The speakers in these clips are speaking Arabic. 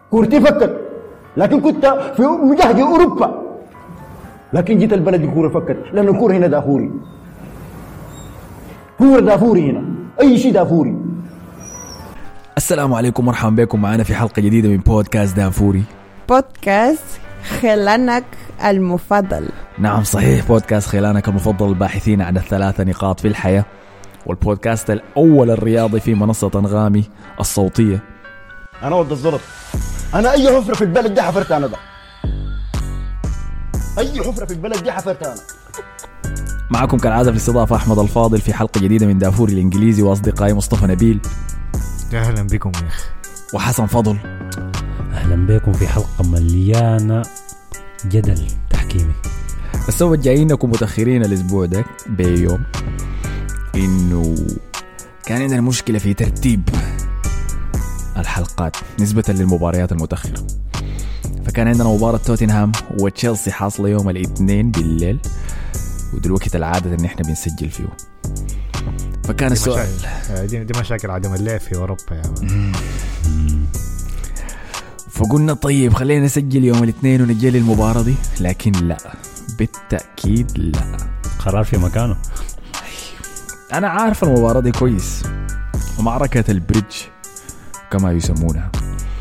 كورتي فكت، لكن كنت في مجهد أوروبا، لكن جيت البلد الكورة فكت، لأن الكورة هنا دافوري، كورة دافوري هنا، أي شيء دافوري. السلام عليكم، مرحبا بكم معنا في حلقة جديدة من بودكاست دافوري، بودكاست خلانك المفضل. نعم صحيح، بودكاست خلانك المفضل، الباحثين عن الثلاث نقاط في الحياة، والبودكاست الأول الرياضي في منصة أنغامي الصوتية. أنا ود الزلط، أنا أي حفرة في البلد دي حفرت أنا، أي حفرة في البلد دي حفرت أنا. معكم كالعادة في الاستضافة أحمد الفاضل في حلقة جديدة من دافوري الإنجليزي، وأصدقائي مصطفى نبيل. أهلا بكم يا أخي. وحسن فضل. أهلا بكم في حلقة مليانة جدل تحكيمي. السبب جايين لكم متأخرين الأسبوع ده بيوم إنه كان عندنا مشكلة في ترتيب الحلقات نسبة للمباريات المتأخرة، فكان عندنا مباراة توتنهام وتشيلسي حاصلة يوم الاثنين بالليل، ودلوقتي العادة إن إحنا بنسجل فيه، فكان السؤال دي مشاكل عدم اللعب في أوروبا يا فقلنا طيب خلينا نسجل يوم الاثنين ونجي المباراة دي، لكن لا، بالتأكيد لا، قرار في مكانه. أنا عارف المباراة دي كويس، ومعركة البريدج كما يسمونها،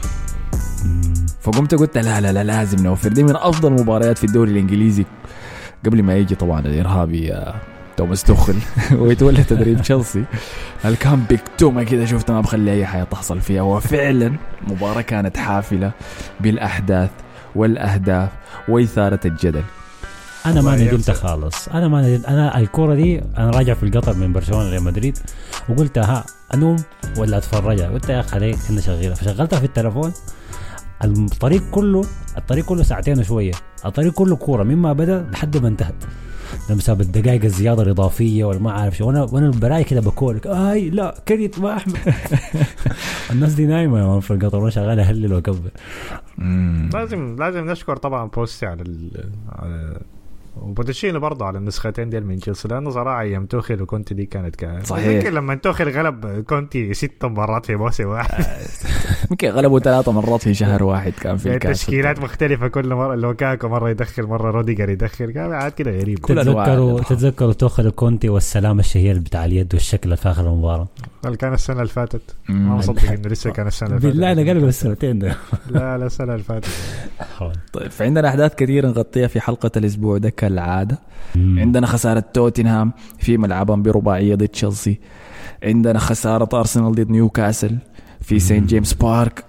فقمت قلت لا لازم نوفر، دي من أفضل المباريات في الدوري الإنجليزي قبل ما يجي طبعا الإرهابي توماس توخل ويتولى تدريب تشيلسي. الكام بيكتومة كده شفت ما بخلي أي حاجة تحصل فيها، وفعلا مباراة كانت حافلة بالأحداث والأهداف وإثارة الجدل. أنا ما ندمت خالص، أنا الكورة دي أنا راجع في القطر من برشلونة لمدريد، وقلت ها أنوم ولا أتفرجها، قلت يا أخي كنا شغالة، فشغلتها في التلفون. الطريق كله ساعتين وشوية، الطريق كله كورة مما بدأ لحد ما انتهت، لما ساب الدقائق الزيادة الإضافية وما عارف شو، وأنا براي كده بقولك لا كريت ما أحمد. الناس دي نايمة يا مان في القطر، وأنا شغال أهلل وأكبر. لازم نشكر طبعا بوستي على وبوتشينو برضه على النسختين دي من تشيلسي، لأنه صراحة أيام توخيل وكونتي دي كانت صحيح. ممكن لما توخيل غلب كونتي 6 مرات في موسم واحد، ممكن غلبوا 3 مرات في شهر واحد، كان في الكاس تشكيلات مختلفة كل مرة، لوكاكو مرة يدخل مرة روديجر يدخل، كان عاد كده غريب. تتذكروا توخيل وكونتي والسلام الشهير بتاع اليد والشكل في آخر المباراة، كان السنة اللي فاتت، ما مصدق إنه لسه كان السنة اللي فاتت. بالله أنا قلب السنتين ده. لا السنة اللي فاتت. طيب فعندنا أحداث كثيرة نغطيها في حلقة الأسبوع ده كالعادة. عندنا خسارة توتنهام في ملعبهم برباعية ضد تشيلسي، عندنا خسارة أرسنال ضد نيوكاسل في سانت جيمس بارك،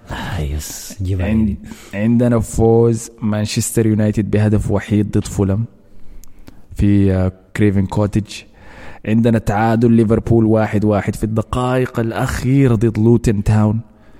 عندنا فوز مانشستر يونايتد بهدف وحيد ضد فولم في كريفن كوتيج، عندنا تعادل ليفربول 1-1 في الدقائق الأخيرة ضد لوتن تاون،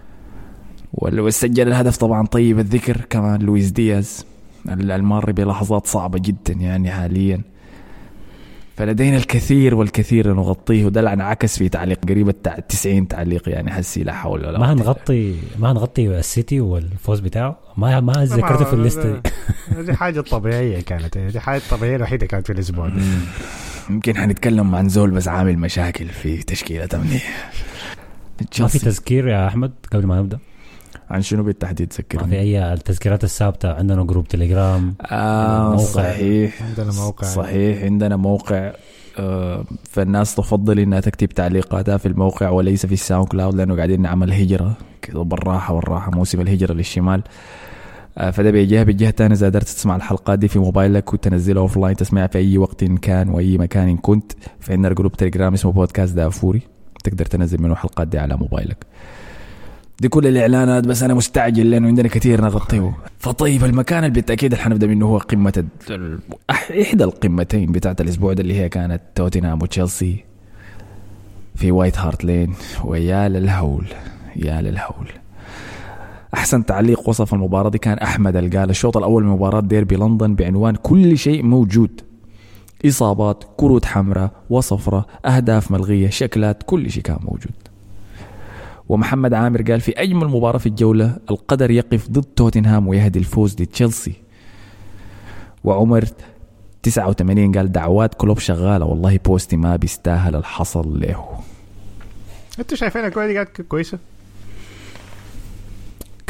وسجل الهدف طبعا طيب الذكر كمان لويس دياز المار بلحظات صعبة جدا يعني حاليا. فلدينا الكثير والكثير نغطيه، وده لعن عكس في تعليق قريبة 90 تعليق، يعني حسي لا حول ولا قوة. ما هنغطي السيتي والفوز بتاعه، ما ذكرته في الليستة دي حاجة طبيعية كانت، دي حاجة طبيعية الوحيدة كانت في الأسبوع ده. ممكن حنتكلم عن زول بس عامل مشاكل في تشكيلة تمنيه. ما في تذكير يا أحمد قبل ما نبدأ عن شنو بالتحديد؟ تذكرني. ما في أي التذكيرات الثابتة، عندنا جروب تليجرام، صحيح عندنا موقع، صحيح عندنا موقع، فالناس تفضل إنها تكتب تعليقاتها في الموقع وليس في الساوند كلاود، لأنه قاعدين نعمل هجرة كده بالراحة، موسم الهجرة للشمال، فده بيجيها بالجهة الثانية. إذا قدرت تسمع الحلقات دي في موبايلك وتنزلها أوفلاين تسمعها في أي وقت كان وأي مكان كنت، فعندنا جروب تليجرام اسمه بودكاست دافوري، تقدر تنزل منه الحلقات دي على موبايلك. دي كل الإعلانات، بس أنا مستعجل لأنه عندنا كثير نغطيه. فطيب المكان اللي بالتأكيد اللي حنبدأ منه هو قمة إحدى القمتين بتاعت الأسبوع ده، اللي هي كانت توتنهام وتشيلسي في وايت هارت لين، ويا للهول يا للهول. أحسن تعليق وصف المباراة دي كان أحمد القال الشوط الأول من مباراة ديربي لندن بعنوان كل شيء موجود، إصابات، كروت حمراء وصفرة، أهداف ملغية، شكلات، كل شيء كان موجود. ومحمد عامر قال في أجمل مباراة في الجولة القدر يقف ضد توتنهام ويهدي الفوز ضد تشيلسي. وعمر 89 قال دعوات كلوب شغالة، والله بوستي ما بيستاهل الحصل له. انتوا شايفينها كويسة؟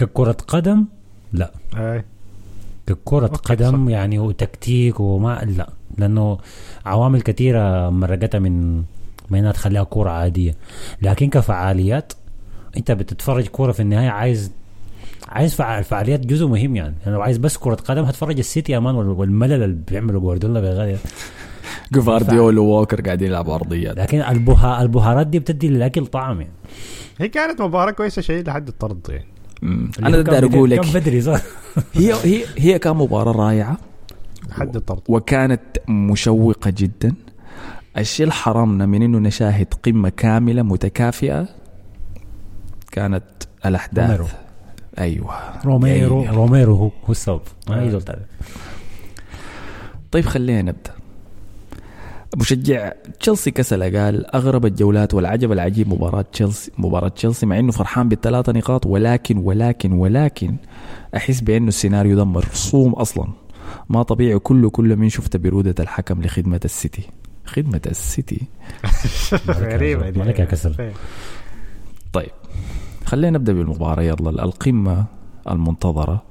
ككرة قدم لا، اي ككرة قدم يعني وتكتيك وما لا، لأنه عوامل كثيرة مرقتها من انها تخليها كرة عادية. لكن كفعاليات انت بتتفرج كرة في النهاية عايز فعاليات جزء مهم يعني لو عايز بس كرة قدم هتفرج السيتي امان والملل اللي بيعملوا جوارديولا بغالية جوارديولا ووكر قاعدين يلعبوا عرضيات. لكن البهارات دي بتدي للاكل طعم يعني. هي كانت مباراة كويسة شيء لحد الطرد يعني. انا بدي اقول لك كم بدري صار هي كان مباراة رائعة لحد الطرد وكانت مشوقة جدا. الشيء الحرامنا من انه نشاهد قمة كاملة متكافئة كانت الاحداث روميرو. ايوه روميرو هو السبب ما يزول تعرف. طيب خلينا نبدا. مشجع تشيلسي كسل قال اغرب الجولات والعجب العجيب مباراة تشيلسي مع انه فرحان ب3 نقاط ولكن احس بانه السيناريو ده مرسوم اصلا ما طبيعي. كله من شفت برودة الحكم لخدمة السيتي. غريبة مالك يا كسل. طيب خلينا نبدأ بالمباراة يلا. القمة المنتظرة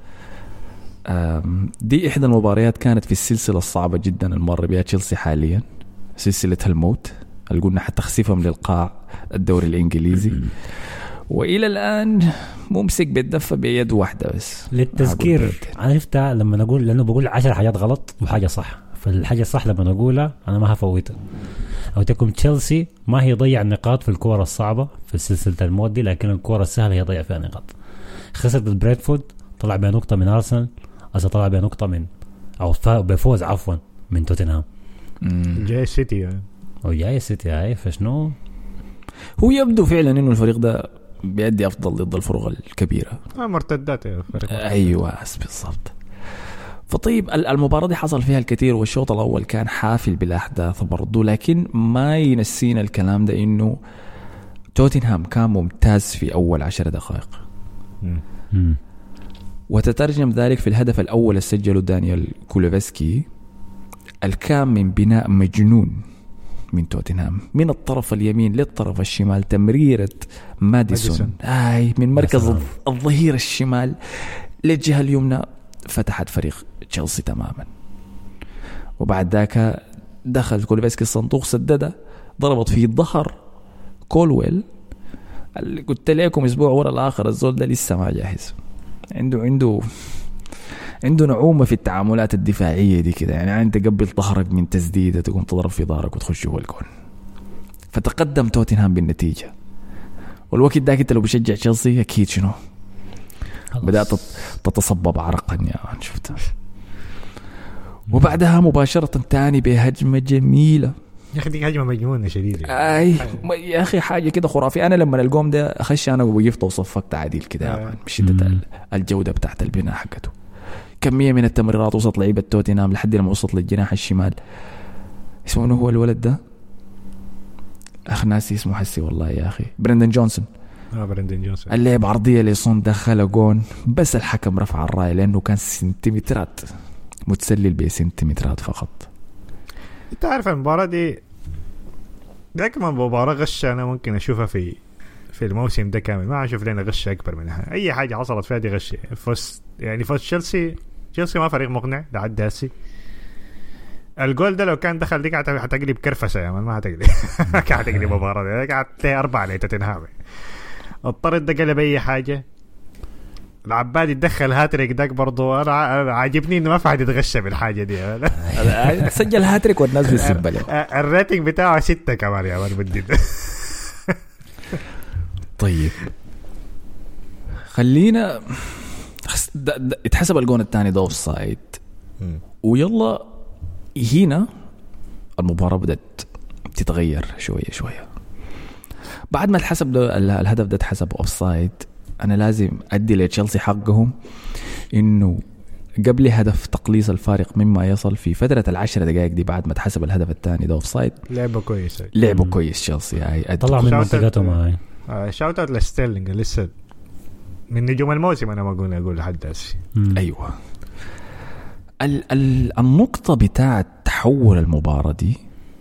دي إحدى المباريات كانت في السلسلة الصعبة جدا المرة بها تشيلسي حاليا، سلسلة الموت اللي قلنا حتى تخسيفهم للقاع الدوري الإنجليزي وإلى الآن ممسك بالدفة بيد واحدة بس. للتذكير عرفتها لما نقول لأنه بقول 10 حاجات غلط وحاجة صح، فالحاجة الصح لما نقولها أنا ما هفوتها. أو تكون تشيلسي ما هي ضيع نقاط في الكورة الصعبة في سلسلة الموت دي، لكن الكورة السهلة هي ضيع فيها نقاط. خسرت بريدفورد طلع بها نقطة من أرسنال، طلع بها نقطة من أو بفوز عفوا من توتنهام. جاي سيتي يعني. أو جاي سيتي هاي فشنو. هو يبدو فعلا إنه الفريق ده بيأدي أفضل ضد الفرق الكبيرة. مرتدات يا فريق. أيوة بالضبط. فطيب المباراة دي حصل فيها الكثير والشوط الأول كان حافل بالأحداث برضو، لكن ما ينسينا الكلام ده إنه توتنهام كان ممتاز في أول 10 دقائق وتترجم ذلك في الهدف الأول اللي سجله دانيال كولوفسكي الكام من بناء مجنون من توتنهام من الطرف اليمين للطرف الشمال. تمريرة ماديسون من مركز الظهير الشمال للجهة اليمنى فتحت فريق تشيلسي تماما. وبعد ذاك دخل كولوفسكي الصندوق سدده ضربت في ظهر كولويل اللي قلت لكم اسبوع ورا الاخر الزول ده لسه ما جاهز. عنده نعومة في التعاملات الدفاعية دي كده يعني انت قبل ظهرك من تسديدة تقوم تضرب في ظهرك وتخش جوا الجول. فتقدم توتنهام بالنتيجة والوقت ده انت لو بشجع تشيلسي اكيد شنو بدأت تتصبب عرقا يا شفتها. وبعدها مباشرة تاني بهجمة جميلة يا أخي دي هجمة مجنونة شديدة. يا أخي حاجة كده خرافية. أنا لما القوم ده أخش أنا وقفت وصفقت عديل كده بشدة الجودة بتاعت البناء حقته. كمية من التمريرات وسط لعيبة توتنهام لحد لما وصلت للجناح الشمال. اسمه هو الولد ده أخ ناسي اسمه حسي والله يا أخي. برندن جونسون. اللعب عرضية ليسون دخل جون بس الحكم رفع الراية لأنه كان سنتيمترات متسلل بسنتيمترات فقط. انت عارف المباراة دي كمان مباراة غش أنا ممكن أشوفها في الموسم ده كامل. ما أشوف لنا غش أكبر منها. أي حاجة حصلت فيها دي غش. فوز تشيلسي ما فريق مقنع لحد هسي. الجول ده لو كان دخل دي هتقلب كرفسة يا من ما هتقلب هتقلب مباراة دي قعدت 4 لتوتنهام. الطرد ده قلب أي حاجة. العبادي يدخل هاتريك داك برضو أنا عاجبني إنه ما في حد يتغش بالحاجة دي. سجل هاتريك والناس بالسبة له. الريتنج بتاعه 6 كمان يا من بدي. طيب خلينا اتحسب الجون الثاني ده اوفسايد ويلا هنا المباراة بدأت تتغير شوية بعد ما اتحسب الهدف ده اتحسب اوفسايد. انا لازم ادي لتشيلسي حقهم انه قبل هدف تقليص الفارق مما يصل في فترة 10 دقائق دي بعد ما اتحسب الهدف الثاني ده اوفسايد. لعبه كويس تشيلسي طلع من منطقتهم. شاوت اوت لستيرلينج لسه من نجوم الموسم. انا ما اقول لحد هسه. ايوه النقطة بتاعة تحول المباراة دي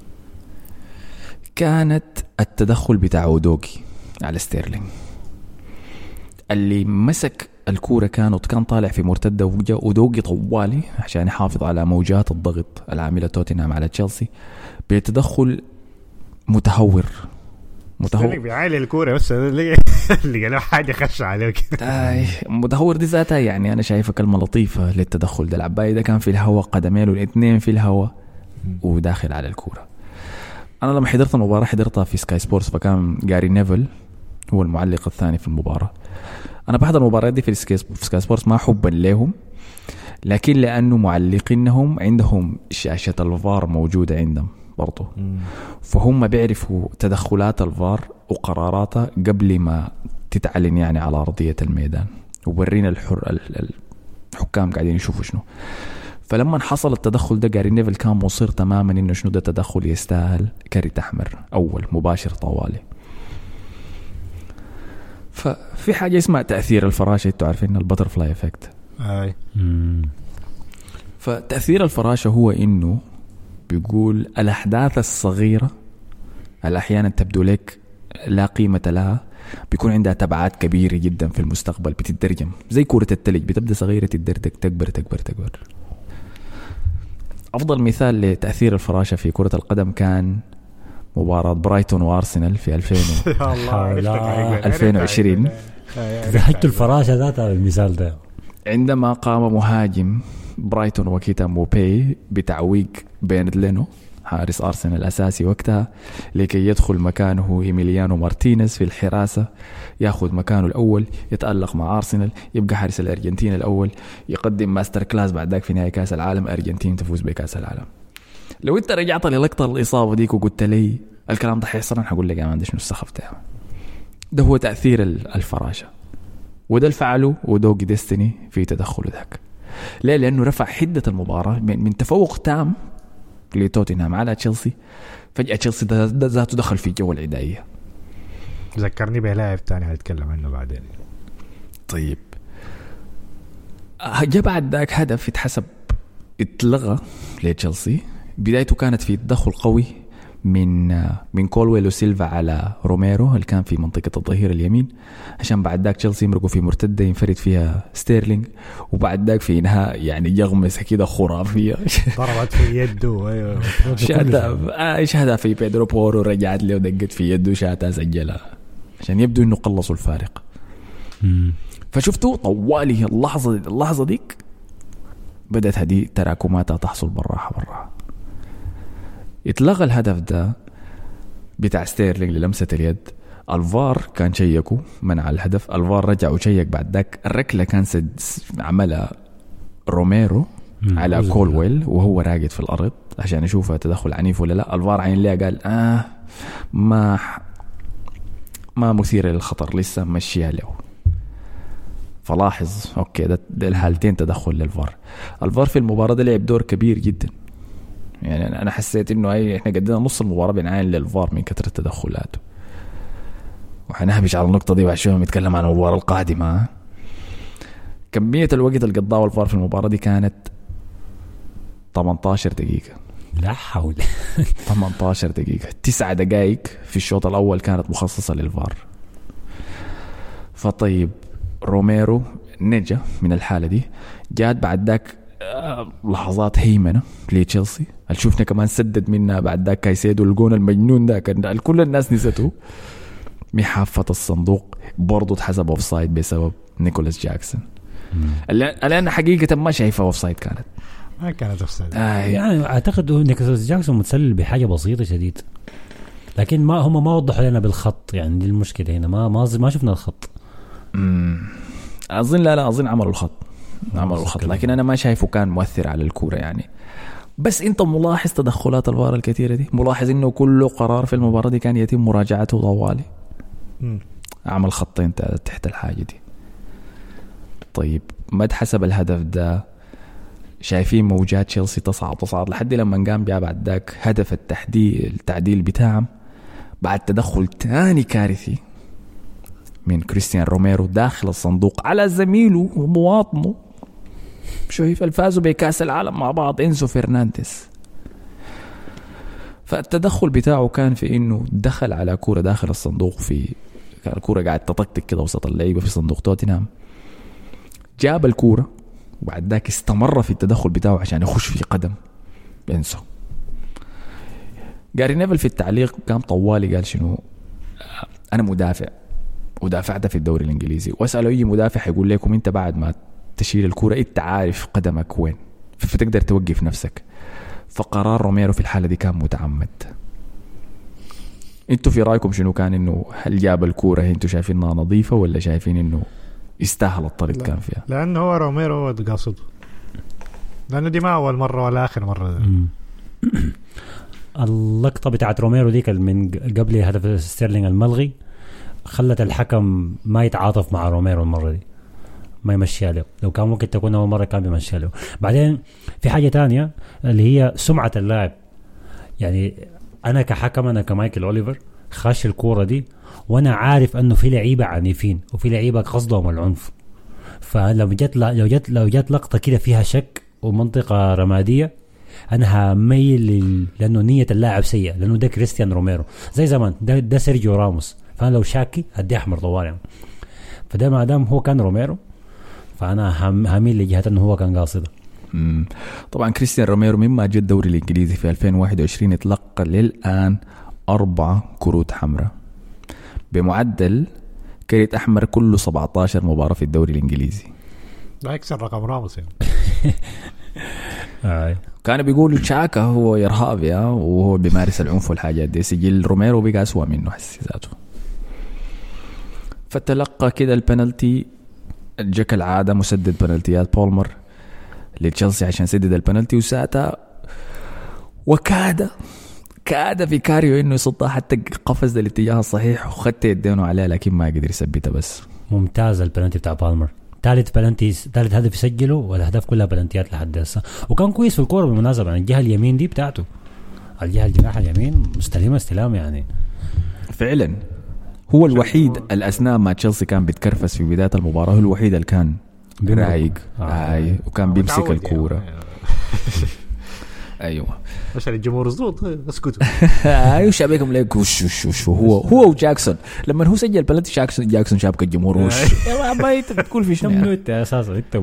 كانت التدخل بتاع أودوغي على ستيرلينج اللي مسك الكورة كان طالع في مرتدة ودوقي طوالي عشان يحافظ على موجات الضغط العاملة توتنهام على تشيلسي بتدخل متهور بيعالي الكورة بس اللي قالوا حاجة خش عليك. متهور دي ذاتها يعني أنا شايفة كلمة لطيفة للتدخل ده. العباية ده كان في الهواء قدمين والاثنين في الهواء وداخل على الكورة. أنا لما حضرت المباراة حضرتها في سكاي سبورتس فكان جاري نيفل هو المعلق الثاني في المباراة. أنا بحضر المباراة دي في سكاي سبورتس ما حبا لهم لكن لأنه معلقينهم عندهم شاشة الفار موجودة عندهم برضو فهم بيعرفوا تدخلات الفار وقراراتها قبل ما تتعلن يعني على أرضية الميدان وورينا الحكام قاعدين يشوفوا شنو. فلما حصل التدخل ده جاري نيفل كان مصر تماما إنه شنو ده تدخل يستاهل كارت أحمر أول مباشر طوالي. ففي حاجة اسمها تأثير الفراشة انتوا عارفين البترفلاي افكت. فتأثير الفراشة هو إنه بيقول الأحداث الصغيرة الأحيانا تبدو لك لا قيمة لها بيكون عندها تبعات كبيرة جدا في المستقبل بتترجم زي كرة التلج بتبدأ صغيرة تدردك تكبر تكبر تكبر. أفضل مثال لتأثير الفراشة في كرة القدم كان مباراة برايتون وارسنال في 2020 في حاجة الفراشة ذاتها المثال ده عندما قام مهاجم برايتون وكيتا موبي بتعويق بين لينو حارس أرسنال الأساسي وقتها لكي يدخل مكانه إيميليانو مارتينيز في الحراسة يأخذ مكانه الأول يتألق مع أرسنال يبقى حارس الأرجنتين الأول يقدم ماستر كلاس بعد ذاك في نهاية كأس العالم أرجنتين تفوز بكأس العالم. لو أنت رجعت للقطة الإصابة ديك وقلت لي الكلام ده حيحصل أنا هقول لك يا مان ده شنو السخف ده هو تأثير الفراشة وده الفعله ودوغي ديستني في تدخله ذاك. ليه؟ لأنه رفع حدة المباراة من تفوق تام لتوتنهام على تشيلسي فجأة تشيلسي ذاته دخل في جو العدائية. ذكرني بلاعب تاني هنتكلم عنه بعدين. طيب جاء بعد ذاك هدف يتحسب اتلغى لتشيلسي. بدايته كانت في تدخل قوي من كولويل وسيلفا على روميرو اللي كان في منطقة الظهير اليمين عشان بعد ذاك تشيلسي يمرقوا في مرتدة ينفرد فيها ستيرلينج وبعد ذاك في إنهاء يعني يغمس كده خرافية ضربت في يده أيوة شهدها في بيدرو بورو رجعت له ودقت في يده شاتها سجلها عشان يبدو إنه قلصوا الفارق. فشفتوا طوالي اللحظة ديك بدأت هذه تراكماتها تحصل بالراحة. اتلغى الهدف ده بتاع ستيرلينج للمسة اليد. الفار كان شيكوا منع الهدف. الفار رجع وشيك بعد ذاك الركلة كان عملها روميرو على كولويل وهو راقد في الأرض عشان يشوفها تدخل عنيف ولا لا. الفار عين ليه قال ما مثيرة للخطر لسه مشيها له. فلاحظ اوكي ده الحالتين تدخل للفار. الفار في المباراة ده لعب دور كبير جدا يعني أنا حسيت إنه إحنا قدنا نص المباراة بنعاين للفار من كثرة تدخلاته. وحنهبش على النقطة دي وعشان نتكلم عن المباراة القادمة. كمية الوقت اللي قضاه الفار في المباراة دي كانت 18 دقيقة. لا حول 18 دقيقة 9 دقائق في الشوط الأول كانت مخصصة للفار. فطيب روميرو نجا من الحالة دي. جات بعد ذاك لحظات هيمنة لتشيلسي شوفنا كمان سدد منها بعد ذاك كايسيدو الجون المجنون ده كان كل الناس نسيته. محافة الصندوق برضو اتحسب اوفسايد بسبب نيكولاس جاكسون اللي أنا حقيقة ما شايفها اوفسايد ما كانت اوفسايد يعني اعتقد نيكولاس جاكسون متسلل بحاجة بسيطة شديد لكن هم ما وضحوا لنا بالخط يعني دي المشكلة هنا ما شفنا الخط. أظن عملوا الخط لكن أنا ما شايفه كان مؤثر على الكورة يعني. بس أنت ملاحظ تدخلات الفار الكثيرة دي ملاحظ إنه كل قرار في المباراة دي كان يتم مراجعته طوالي عمل خطين تحت الحاجة دي. طيب ما اتحسب الهدف ده شايفين موجات تشيلسي تصعد لحد لما قام جاء بعد ذاك هدف التعديل بتاعهم بعد تدخل تاني كارثي من كريستيان روميرو داخل الصندوق على زميله ومواطنه شايف الفازوا بكأس العالم مع بعض إنزو فرنانديز. فالتدخل بتاعه كان في إنه دخل على كورة داخل الصندوق كان الكورة قاعد تطقطق كده وسط اللعيبة في صندوق توتنهام جاب الكورة وبعد ذاك استمر في التدخل بتاعه عشان يخش في قدم بينسو. جاري نيفل في التعليق قام طوالي قال شنو أنا مدافع ودافعت في الدوري الإنجليزي، وأسأله أي مدافع يقول لكم أنت بعد ما تشيل الكورة أنت عارف قدمك وين فتقدر توقف نفسك. فقرار روميرو في الحالة دي كان متعمد. انتوا في رايكم شنو كان؟ انه هل جاب الكوره انتوا شايفينها نظيفه ولا شايفين انه يستاهل الطرد كان فيها؟ لانه هو روميرو هو قاصده، لانه دي ما اول مره ولا اخر مره. اللقطه بتاعت روميرو ديك من قبل هدف ستيرلينج الملغي خلت الحكم ما يتعاطف مع روميرو المره دي، ما يمشيها له. لو كان ممكن تكون اول مره كان بيمشيها له. بعدين في حاجه تانية اللي هي سمعه اللاعب. يعني انا كحكم، انا كمايكل اوليفر خاش الكوره دي وانا عارف انه في لعيبه عنيفين وفي لعيبه قصدهم العنف، فلو جت لقطه كده فيها شك ومنطقه رماديه انا هميل لانه نيه اللاعب سيئه، لانه ده كريستيان روميرو زي زمان، ده سيرجيو راموس، فانا لو شاكي هدي احمر طوال يعني. فده ما دام هو كان روميرو فانا هميل لجهه انه هو كان قاصده. طبعا كريستيان روميرو مما جاء الدوري الانجليزي في 2021 اتلقى للان 4 كروت حمراء بمعدل كريت احمر كل 17 مباراه في الدوري الانجليزي. ده يكسر رقم راموس يعني. كانوا بيقولوا تشاكا هو إرهابي وهو بيمارس العنف والحاجات دي، سجل روميرو بقى أسوأ منه حسي ذاته. فتلقى كده البنالتي، جاك العادة مسدد بنالتيات بولمر لتشيلسي عشان سدد البنالتي وساتا، وكاد فيكاريو انه يصدها حتى قفز للاتجاه الصحيح وخدت يدينه عليه لكن ما قدر يثبتها. بس ممتاز البنالتي بتاع بالمر، ثالث هدف يسجله، والاهداف كلها بلنتيات لحد هسه، وكان كويس في الكوره بالمناسبه. يعني الجهه اليمين دي بتاعته، الجهه الجناح اليمين مستلمه استلام يعني فعلا. هو الوحيد الاثناء ما تشيلسي كان بيتكرفس في بدايه المباراه، هو الوحيد اللي كان رايق وكان بيمسك الكوره. ايوه عشان الجمهور الصوت اسكتوا. ايوه شابكم ليك وش هو وجاكسون لما هو سجل بلنتي جاكسون شابك الجمهور وش ما انت بتقول في شنو انت اساسا انت.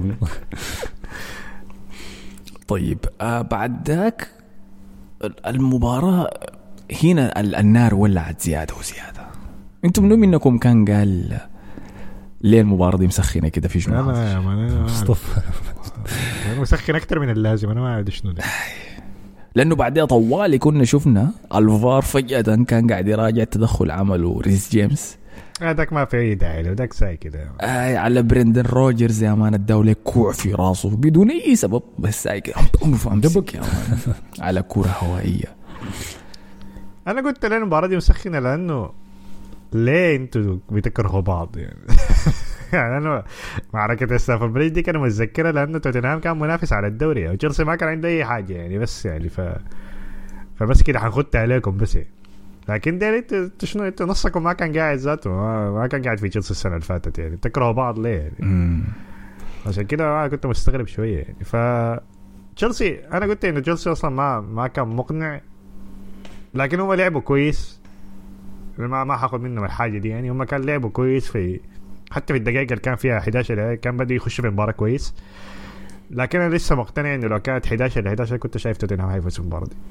طيب بعد ذاك المباراه هنا النار ولعت زياده وزياده. انتم منكم كان قال ليه المباراه دي مسخنه كده في شنو؟ انا مسخن اكثر من اللازم. انا ما اعرف شنو ده، لأنه بعدها طوالي كنا شفنا الفار فجأة كان قاعد يراجع تدخل عمله ريس جيمس. هذاك ما في داعي له، ذاك ساي كده. على بريندن روجرز يا مان الدولة كوع في راسه بدون أي سبب، بس ساي كده عم دبك يا مان على كرة هوائية. أنا قلت لأن المباراة دي مسخنة لأنه ليه أنتوا بتكرهوا بعض يعني. يعني أنا معركة السافر بريج دي كانوا متذكرة لأنه توتنهام كان منافس على الدوري وتشيلسي ما كان عنده أي حاجة يعني، بس يعني فبس كده حنخدت عليكم بس يعني. لكن ده شنو انت نصكم ما كان قاعد ذاته، ما كان قاعد في تشيلسي السنة اللي فاتت يعني، تكرهوا بعض ليه يعني. عشان كده كنت مستغرب شوية يعني. تشيلسي أنا قلت إنه تشيلسي أصلا ما كان مقنع، لكن هم لعبوا كويس. ما حاخد منهم الحاجة دي يعني. هم كان لعبوا كويس في حتى في الدقائق اللي كان فيها 11 كان بدأ يخش في المباراة كويس. لكن أنا لسه مقتنع إنه لو كانت 11 كنت شايف توتنهام هيفوز المباراة دي.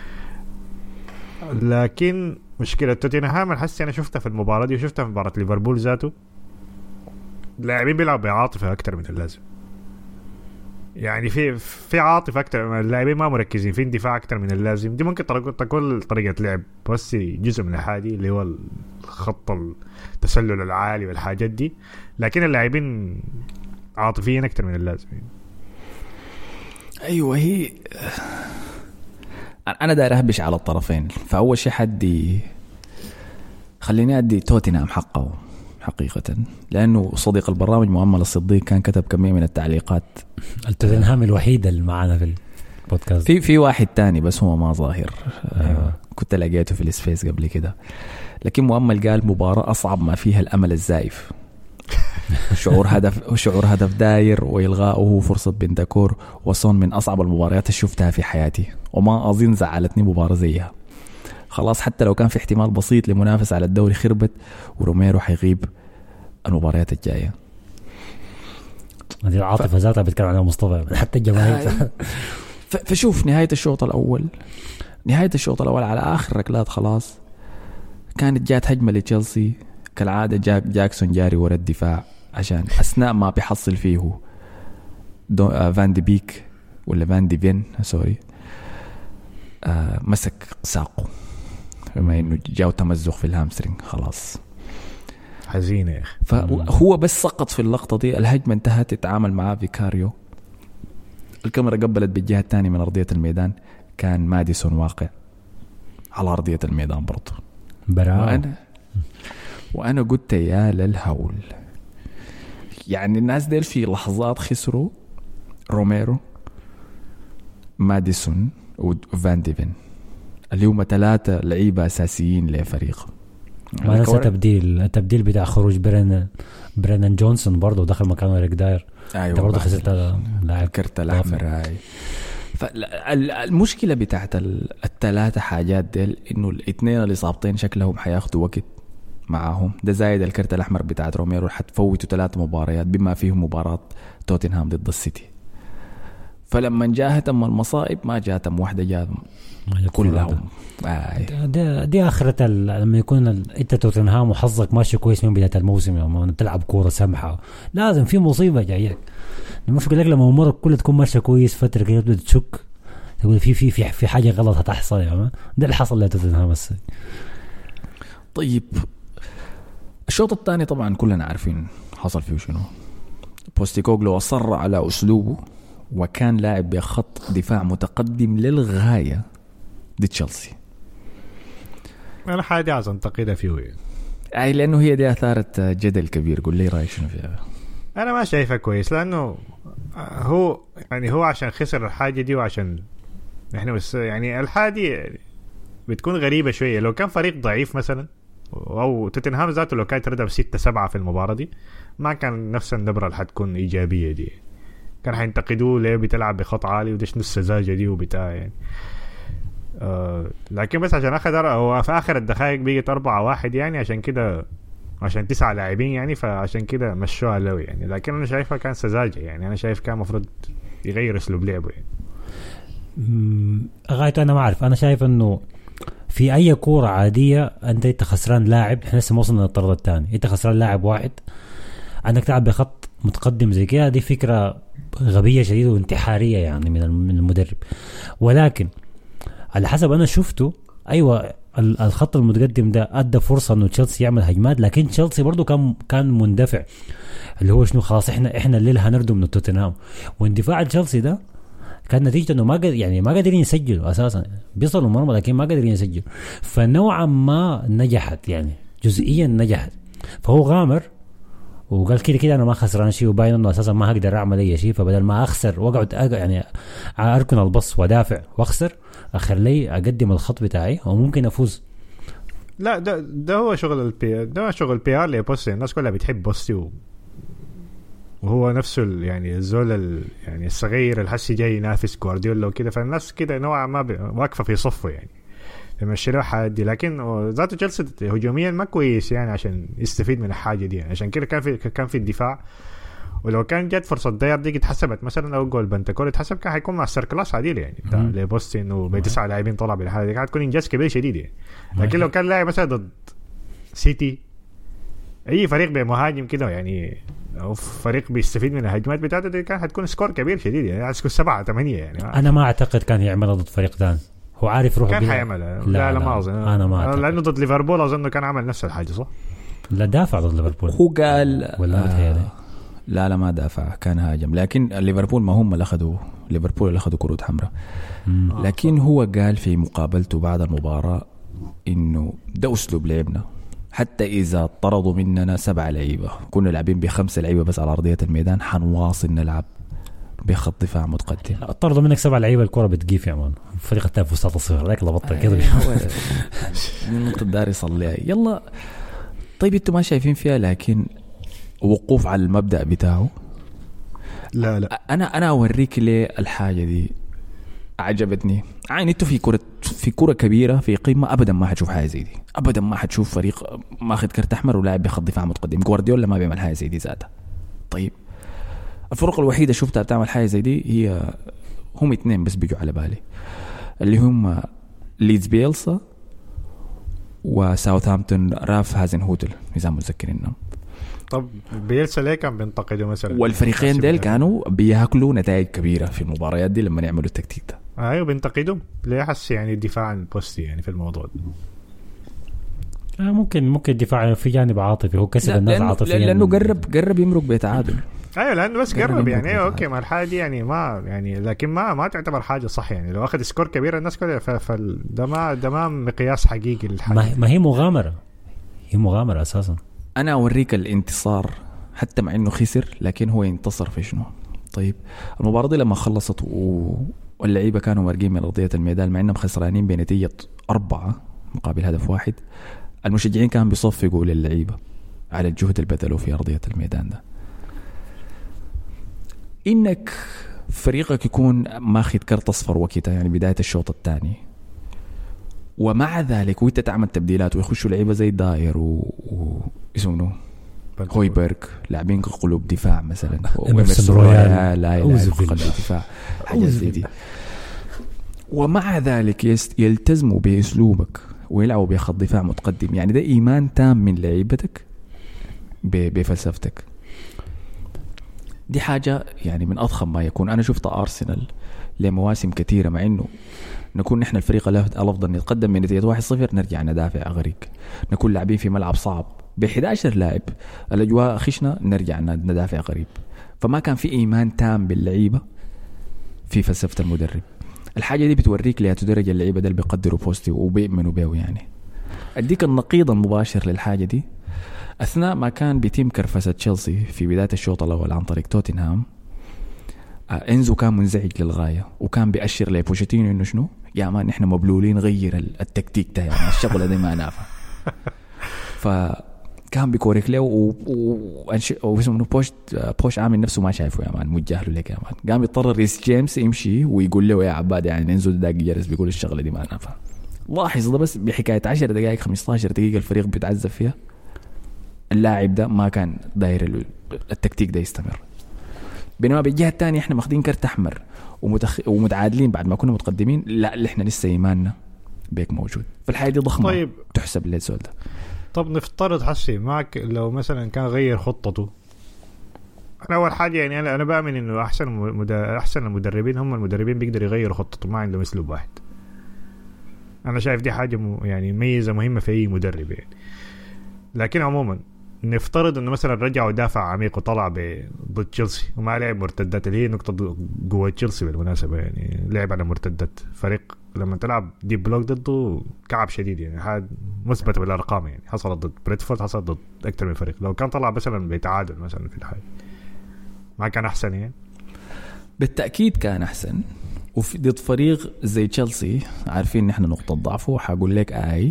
لكن مشكلة توتنهام الحسي أنا شفتها في المباراة دي وشفتها في مباراة ليفربول ذاته، اللاعبين بيلعبوا بعاطفة أكتر من اللازم يعني. في عاطفة أكتر، اللاعبين ما مركزين في اندفاع أكتر من اللازم. دي ممكن تكون طريقة لعب بس جزء من الحاجة اللي هو الخط التسلل العالي والحاجات دي، لكن اللاعبين عاطفيين أكتر من اللازم يعني. أيوة هي أنا داير أهبش على الطرفين. فأول شيء خليني أدي توتنهام حقه حقيقة، لأنه صديق البرنامج مؤمل الصديق كان كتب كمية من التعليقات. التوتنهام الوحيد اللي معنا في البودكاست. في واحد تاني بس هو ما ظاهر. كنت لقيته في السبيس قبل كده. لكن مؤمل قال مباراة أصعب ما فيها الأمل الزائف. شعور هدف داير وإلغاؤه فرصة بنتاكور وصون من أصعب المباريات اللي شفتها في حياتي، وما أظن زعلتني مباراة زيها. خلاص حتى لو كان في احتمال بسيط لمنافس على الدوري خربت، وروميرو حيغيب المباريات الجاية. هذه العاطفه ذاتها بتكلم عنها مصطفى حتى الجماهير. فشوف نهايه الشوط الاول على اخر ركلات خلاص كانت جات هجمه لتشيلسي كالعاده، جاكسون جاري ورا الدفاع عشان اثناء ما بيحصل فيه فان دي بيك ولا فان دي فين سوري مسك ساقه بما انه جاو تمزق في الهامسترينج خلاص حزينه يا اخي. فهو بس سقط في اللقطه دي، الهجمه انتهت، اتعامل معاه فيكاريو، الكاميرا قبلت بالجهه الثانيه من ارضيه الميدان، كان ماديسون واقع على ارضيه الميدان برضه. وانا قلت يا للهول، يعني الناس ديل في لحظات خسروا روميرو ماديسون وفان ديفن اللي هم 3 لعيبه اساسيين لفريق. ما ننسى التبديل بتاع خروج برينان جونسون برضه دخل مكانه ريك داير. ايوه برضه خسرت لاعب الكرت الاحمر هاي. فالمشكله بتاعت ال3 حاجات ديل انه الاثنين اللي صابطين شكلهم حياخدوا وقت معاهم، ده زايد الكرت الاحمر بتاعت روميرو حتفوتوا 3 مباريات بما فيهم مباراه توتنهام ضد السيتي. فلما جاءتهم المصائب ما جاتهم واحده، جاتهم كلهم. دي آخرة لما يكون انت توتنهام وحظك ماشي كويس من بداية الموسم، لما تلعب كورة سمحة لازم في مصيبة جايك. المشكلة لك لما أمورك كلها تكون ماشي كويس فترة كده تبدأ تشك، تقول في حاجة غلط هتحصل يا مان. ده اللي حصل لتوتنهام السنة. طيب الشوط الثاني طبعا كلنا عارفين حصل فيه شنو. بوستيكوغلو أصر على أسلوبه وكان لاعب بخط دفاع متقدم للغاية ضد تشيلسي. أنا حاجة عايز أنتقدها فيه أي لأنه هي دي أثارت جدل كبير. قول لي رأيك شنو فيها؟ أنا ما شايفها كويس، لأنه هو عشان خسر الحاجة دي وعشان إحنا بس يعني الحاجة بتكون غريبة شوية. لو كان فريق ضعيف مثلا أو توتنهام ذاته لو كانت ردها 6-7 في المباراة دي ما كان نفس النبرة اللي حتكون إيجابية دي، كان حينتقدوه ليه بتلعب بخط عالي وديش نص السذاجة دي وبتاع يعني. لكن بس عشان هو في آخر الدقائق بيجت 4-1 يعني عشان كده، عشان 9 لاعبين يعني، فعشان كده مشوها له يعني. لكن أنا شايفها كان سذاجة يعني، أنا شايف كان مفروض يغير أسلوب لعبه يعني. غايته أنا ما أعرف. أنا شايف إنه في أي كورة عادية أنت خسران لاعب، إحنا لسه وصلنا للطرد الثاني، أنت خسران لاعب واحد، أنك تلعب بخط متقدم زي كده، دي فكرة غبية شديدة وانتحارية يعني من المدرب. ولكن على حسب أنا شفته أيوة الخط المتقدم ده أدى فرصة إنه تشيلسي يعمل هجمات، لكن تشيلسي برضو كان مندفع، اللي هو شنو خلاص إحنا الليل هنردو من توتنهام. واندفاع تشيلسي ده كان نتيجة إنه ما قادرين يسجلوا أساسا، بيصلوا مرمى لكن ما قادرين يسجلوا. فنوعا ما نجحت يعني جزئيا نجحت، فهو غامر وقال كده أنا ما خسران شيء وباين إنه أساسا ما هقدر أعمل أي شيء، فبدل ما أخسر وأقعد يعني أركن البص ودافع وأخسر، أخر لي أقدم الخط بتاعي وممكن أفوز. لا ده هو شغل ده شغل بي ار لبوستي. الناس كلها بتحب بوستي وهو نفسه يعني الزول يعني الصغير الحسي جاي ينافس جوارديولا وكده، فالناس كده نوعا ما واقفة في صفه يعني مش راح دي. لكن ذاته جلسة هجوميا ما كويس يعني عشان يستفيد من الحاجة دي يعني. عشان كده كان في الدفاع، ولو كان جت فرصة داير دي اتحسبت مثلا او جول بنتكور اتحسب كان حيكون مع السر كلاس عديل يعني بتاع لبوستي انه ب9 لاعبين طلع بالحاله دي، كانت تكون انجاز كبير شديد يعني. لكن لو كان لاعب مثلا ضد سيتي اي فريق بمهاجم كده يعني او فريق بيستفيد من الهجمات بتاعته دي، كان حتكون سكور كبير شديد يعني، هتكون 7-8 يعني. انا ما اعتقد كان يعملها ضد فريق ثاني، هو عارف روحه كان حيعملها. لا ما اظن. انا ما أعتقد. لانه ضد ليفربول اظن كان عمل نفس الحاجه صح. لا دافع ضد ليفربول هو قال ولا لا ما دافع، كان هاجم. لكن ليفربول ما هم اللي اخذوا، ليفربول اللي اخذوا كروت حمراء. لكن هو قال في مقابلته بعد المباراة انه ده اسلوب لعبنا، حتى اذا طردوا مننا 7 لعيبة كنا لاعبين ب5 لعيبة بس على ارضية الميدان، حنواصل نلعب بخط دفاع متقدم. طردوا منك 7 لعيبة الكرة بتجيف يا مان، فريق التنافس 6-0 لك لبطل كده من الدار يصليها يلا. طيب انتوا ما شايفين فيها لكن وقوف على المبدأ بتاعه؟ لا انا اوريك ليه الحاجه دي عجبتني. عين انتوا في كره كبيره في قمه ابدا ما حتشوف حاجه زي دي، ابدا ما حتشوف فريق ماخذ كرت احمر ولاعب بخط دفاع متقدم. جوارديولا ما بيعمل حاجه زي دي ذاتها. طيب الفرق الوحيدة شفتها بتعمل حاجة زي دي هي هم اثنين بس بيجوا على بالي، اللي هم ليدز بيلسا وساوثهامبتون راف هازنهوتل إذا متذكرينهم. طب بيلسا ليه كان بينتقدوا مثلا؟ والفريقين ديل كانوا بياكلوا نتائج كبيرة في المباريات دي لما يعملوا التكتيك ده. ايوه بينتقدوا ليه؟ حس يعني الدفاع عن البوستي يعني في الموضوع ده. ممكن الدفاع في جانب عاطفي، هو كسب الناس عاطفيا لانه قرب يمرق بتعادل. ايوه لانه بس قرب يعني ايوه اوكي ما الحاجه دي يعني ما يعني لكن ما تعتبر حاجه صح يعني لو اخذ سكور كبير الناس كلها ده ما مقياس حقيقي للحاجه. ما هي مغامره، هي مغامره اساسا. انا اوريك الانتصار حتى مع انه خسر لكن هو ينتصر في شنو. طيب المباراه دي لما خلصت واللعيبه كانوا مرقين من ارضيه الميدان مع انهم خسرانين بنتيجه 4 مقابل هدف 1، المشجعين كانوا بيصفقوا للعيبه على الجهد اللي بذلوه في ارضيه الميدان ده. انك فريقك يكون ماخذ كرت اصفر وكذا يعني بدايه الشوط الثاني، ومع ذلك وانت تعمل تبديلات ويخشوا لعيبه زي داير اسمه هويبرغ لاعبين قلوب دفاع مثلا لا يلعب دفاع حاجه زي دي، ومع ذلك يلتزموا باسلوبك ويلعبوا بخط دفاع متقدم. يعني ده ايمان تام من لعيبتك بفلسفتك. دي حاجة يعني من أضخم ما يكون. أنا شفت أرسنال لمواسم كثيرة مع إنه نكون نحن الفريق الأفضل نتقدم من نتيجة 1-0 نرجع ندافع غريق، نكون لاعبين في ملعب صعب ب11 لاعب الأجواء خشنا نرجع ندافع غريب. فما كان في إيمان تام باللعيبة في فلسفة المدرب. الحاجة دي بتوريك لها درجة اللعيبة ده اللي بيقدروا بوستي وبيؤمنوا بيه. يعني أديك النقيض المباشر للحاجة دي أثناء ما كان بيتم كرفسة تشيلسي في بداية الشوط الأول عن طريق توتنهام. إنزو كان منزعج للغاية وكان بيأشر لبوشيتينو إنه شنو يا مان إحنا مبلولين غير التكتيك ده يعني الشغلة دي ما نافع. فكان بيكوريك له واسمه بوش عامل نفسه ما شايفه يا مان متجاهله لك يا مان. قام يضطر ريس جيمس يمشي ويقول له يا عباد يعني إنزو دقيقة جرس بيقول الشغلة دي ما نافع. لاحظ ده بس بحكاية 10 دقائق 15 دقيقة الفريق بيتعذب فيها. اللاعب ده ما كان داير التكتيك ده يستمر. بينما بالجهة الثانية احنا ماخدين كرت احمر ومتعادلين بعد ما كنا متقدمين، لا اللي احنا لسه ايماننا بيك موجود. فالحاجة دي ضخمة. طيب تحسب للسؤال ده. طب نفترض حسي معك لو مثلا كان غير خطته. انا اول حاجة يعني انا بأمن انه احسن المدربين هم المدربين بيقدروا يغيروا خطته ما عندهم اسلوب واحد. انا شايف دي حاجة يعني ميزة مهمة في اي مدرب يعني. لكن عموما نفترض انه مثلا رجع ودافع عميق وطلع ضد تشيلسي وما لعب مرتدات اللي هي نقطة قوة تشيلسي بالمناسبة يعني لعب على مرتدات. فريق لما تلعب دي بلوك ضده كعب شديد يعني هذا مثبت بالارقام يعني حصلت ضد بريتفورد حصلت ضد اكثر من فريق. لو كان طلع مثلا بيتعادل مثلا في الحاجة ما كان احسن يعني؟ بالتأكيد كان احسن. وفي ضد فريق زي تشيلسي عارفين نحن نقطة ضعفه حقول لك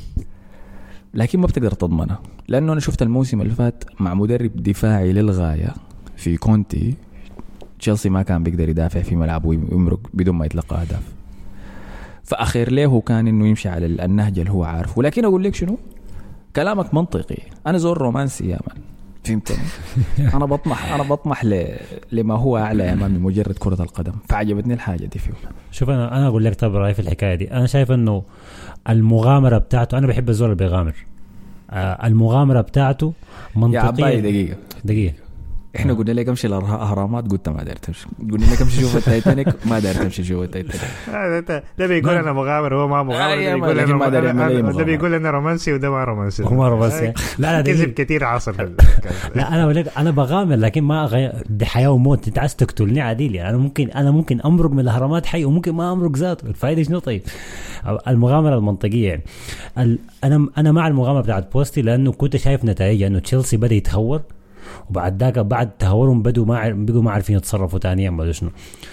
لكن ما بتقدر تضمنها. لأنه أنا شفت الموسم اللي فات مع مدرب دفاعي للغاية في كونتي تشيلسي ما كان بيقدر يدافع في ملعبه ويمرق بدون ما يتلقى أهداف. فأخير له كان إنه يمشي على النهج اللي هو عارف. ولكن أقول لك شنو كلامك منطقي. أنا زور رومانسي يا من فهمتني. أنا بطمح لما هو أعلى يا من مجرد كرة القدم. فعجبتني الحاجة دي فيه. شوف أنا أقول لك طب رأيي في الحكاية دي. أنا شايف إنه المغامرة بتاعته أنا بحب الزول اللي بيغامر. المغامرة بتاعته منطقية. يا عباي دقيقة احنا قلنا لك امشي الاهرامات قلت ما دارت تمشي. قلنا لك امشي شوف التايتانيك ما دارت تمشي شوف التايتانيك. ده بيقول انا مغامر هو ما مغامر. يقول انا ما داري ده بيقول انا رومانسي وده ما رومانسي. هو رومانسي. لا كذب كتير عاصر. لا انا بقول لك انا بغامر لكن ما دي حياة وموت. انت عايز تقتلني عادي يعني. انا ممكن امرق من الاهرامات حي وممكن ما امرق ذاته. الفائده شنو؟ طيب المغامرة المنطقية يعني. انا مع المغامرة بتاعت بوستي لانه كنت شايف نتائج انه تشيلسي بدا يتهور وبعد ذاك بعد تهورهم بقوا ما عارفين يتصرفوا ثانيا ما شنو.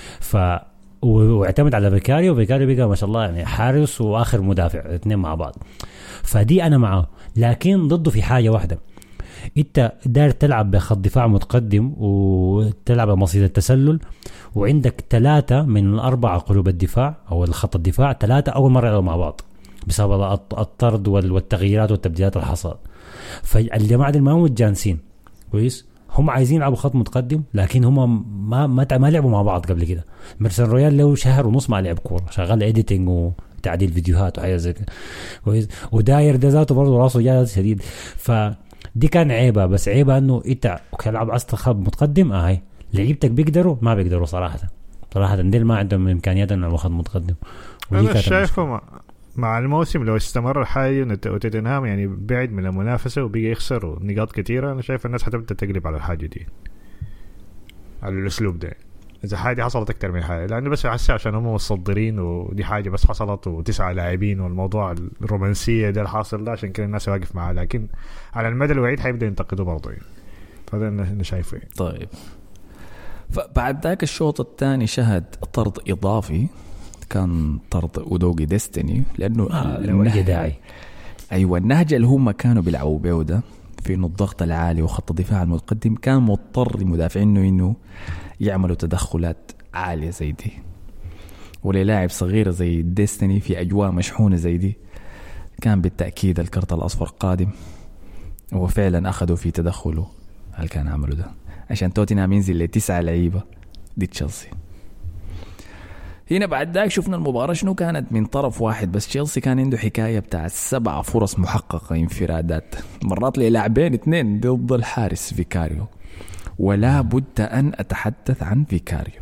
واعتمد على بيكاريو بقى ما شاء الله يعني حارس واخر مدافع اثنين مع بعض. فدي انا معه. لكن ضده في حاجه واحده. انت داير تلعب بخط دفاع متقدم وتلعب بمصيد التسلل وعندك 3 من 4 قلوب الدفاع او الخط الدفاع 3 اول مره يلعبوا مع بعض بسبب الطرد والتغييرات والتبديلات اللي حصلت. فالجماعه دي ما هم متجانسين كويس. هم عايزين يلعبوا خط متقدم، لكن هم ما لعبوا مع بعض قبل كده. ميرسون رويال له شهر ونص ما لعب كوره، شغال اديتنج وتعديل فيديوهات وحاجه زي كده كويس، وداير ده ذاته برضه راسه جاي شديد. فدي كان عيبه، بس عيبه انه انت كلاعب عايز خط متقدم هاي لعيبتك بيقدروا ما بيقدروا صراحه ديل ما عندهم امكانيات انه يلعبوا خط متقدم. انا شايفه مع الموسم لو استمر الحاجة وتوتنهام يعني بعد من المنافسة وبقى يخسر نقاط كثيرة، أنا شايف الناس حتبدأ تقلب على الحاجة دي، على الأسلوب ده. إذا حاجة حصلت أكتر من حاجة، لأنه بس عشان هم مصدرين ودي حاجة بس حصلت و9 لاعبين والموضوع الرومانسية ده الحاصل ده، عشان كده الناس واقف معاه. لكن على المدى البعيد حيبدأ ينتقدوا برضه يعني. فهذا أنا شايفه. طيب فبعد ذاك الشوط الثاني شهد طرد إضافي، كان طرد ودوغي ديستني، لأنه داعي. أيوة النهج اللي هم كانوا بيلعبوا بيه ده في إنه الضغط العالي وخط الدفاع المتقدم، كان مضطر المدافعين إنه يعملوا تدخلات عالية زي دي، وللاعب صغير زي ديستني في أجواء مشحونة زي دي كان بالتأكيد الكرت الأصفر قادم. وفعلا أخذوا في تدخله هل كان عملوا ده عشان توتنهام ينزل ل9 لعيبة دي تشيلسي. هنا بعد ذاك شفنا المباراة شنو كانت من طرف واحد بس. تشيلسي كان عنده حكاية بتاع 7 فرص محققة انفرادات، مرات للاعبين 2 ضد الحارس فيكاريو. ولا بد أن أتحدث عن فيكاريو.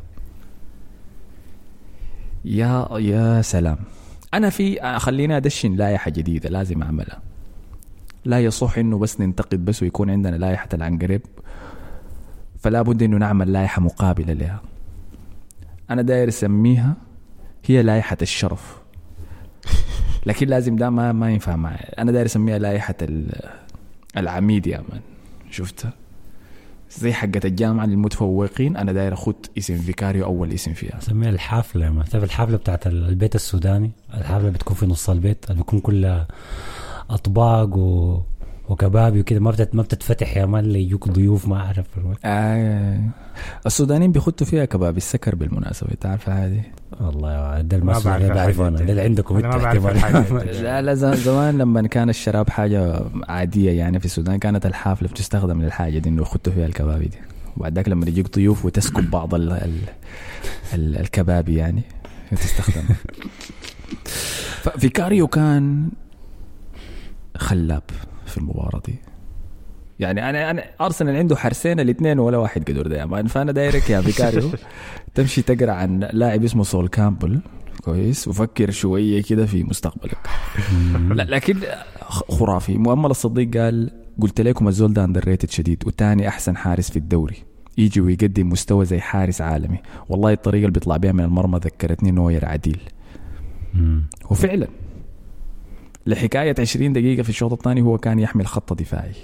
يا سلام. أنا خلينا أدشن لائحة جديدة لازم أعملها. لا يصح إنه بس ننتقد بس ويكون عندنا لائحة العنقريب، فلا بد إنه نعمل لائحة مقابلة لها. أنا داير أسميها هي لائحة الشرف، لكن لازم ده ما ينفع معي. أنا داير أسميها لائحة العميد يا مان. شفتها زي حقة الجامعة للمتفوقين، أنا داير أخد اسم فيكاريو أول اسم فيها. أسميها الحافلة. ما تعرف الحافلة بتاعت البيت السوداني، الحافلة بتكون في نص البيت اللي بيكون كلها أطباق وكبابي وكده، ما بتتفتح يا مان اللي يجوك ضيوف ما أعرف. السودانيين بيخطوا فيها كباب السكر بالمناسبة، تعرف هذه؟ والله ده المسؤول اللي بعرفه أنا، ده اللي عندكم لا زمان لما كان الشراب حاجة عادية يعني في السودان، كانت الحافلة بتستخدم للحاجة دي إنه يخطوا فيها الكبابي دي. وبعد ذاك لما يجيك ضيوف وتسكب بعض الكبابي يعني تستخدم. ففيكاريو كان خلاب في المباراة دي. يعني أنا أرسنال عنده حرسين الاثنين ولا واحد قدر دايما. فأنا دايرك يا فيكاريو تمشي تقرأ عن لاعب اسمه سول كامبل كويس، وفكر شوية كده في مستقبلك. لكن خرافي. مؤمل الصديق قلت لكم الزول ده اندرريتد شديد، وتاني أحسن حارس في الدوري، يجي ويقدم مستوى زي حارس عالمي. والله الطريقة اللي بيطلع بها من المرمى ذكرتني نوير عديل. وفعلا لحكاية 20 دقيقة في الشوط الثاني هو كان يحمل خط دفاعي.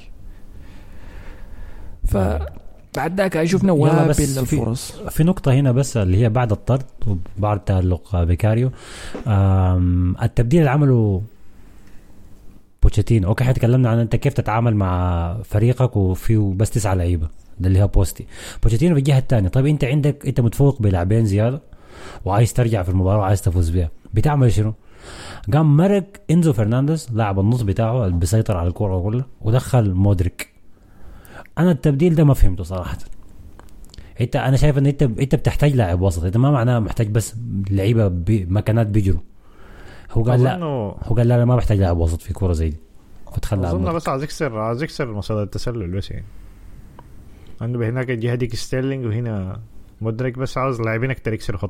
فبعد ذاك شفنا وابل الفرص. في نقطة هنا بس اللي هي بعد الطرد وبعد تألق بيكاريو، التبديل اللي عمله بوتشيتينو. اوكي حتكلمنا عن انت كيف تتعامل مع فريقك وفيه بس 9 لعيبة، ده اللي هو بوستي. بوتشيتينو في الجهة الثانية، طيب انت متفوق بلاعبين زيادة وعايز ترجع في المباراة وعايز تفوز بها، بتعمل شنو؟ قام مرق إنزو فرنانديز لاعب النص بتاعه اللي بيسيطر على الكرة كلها، ودخل مودريك. انا التبديل ده ما فهمته صراحة. انا شايف ان انت بتحتاج لاعب وسط، انت ما معناه محتاج بس لعيبة مكانات بيجروا. هو قال لا ما بحتاج لاعب وسط في كرة زي دي، فتخلى اظن بس عايز يكسر مصيدة التسلل بس يعني. عنده هناك الجهة ديك ستيرلينج وهنا مدرك، بس عاوز لاعبين اكتر يكسروا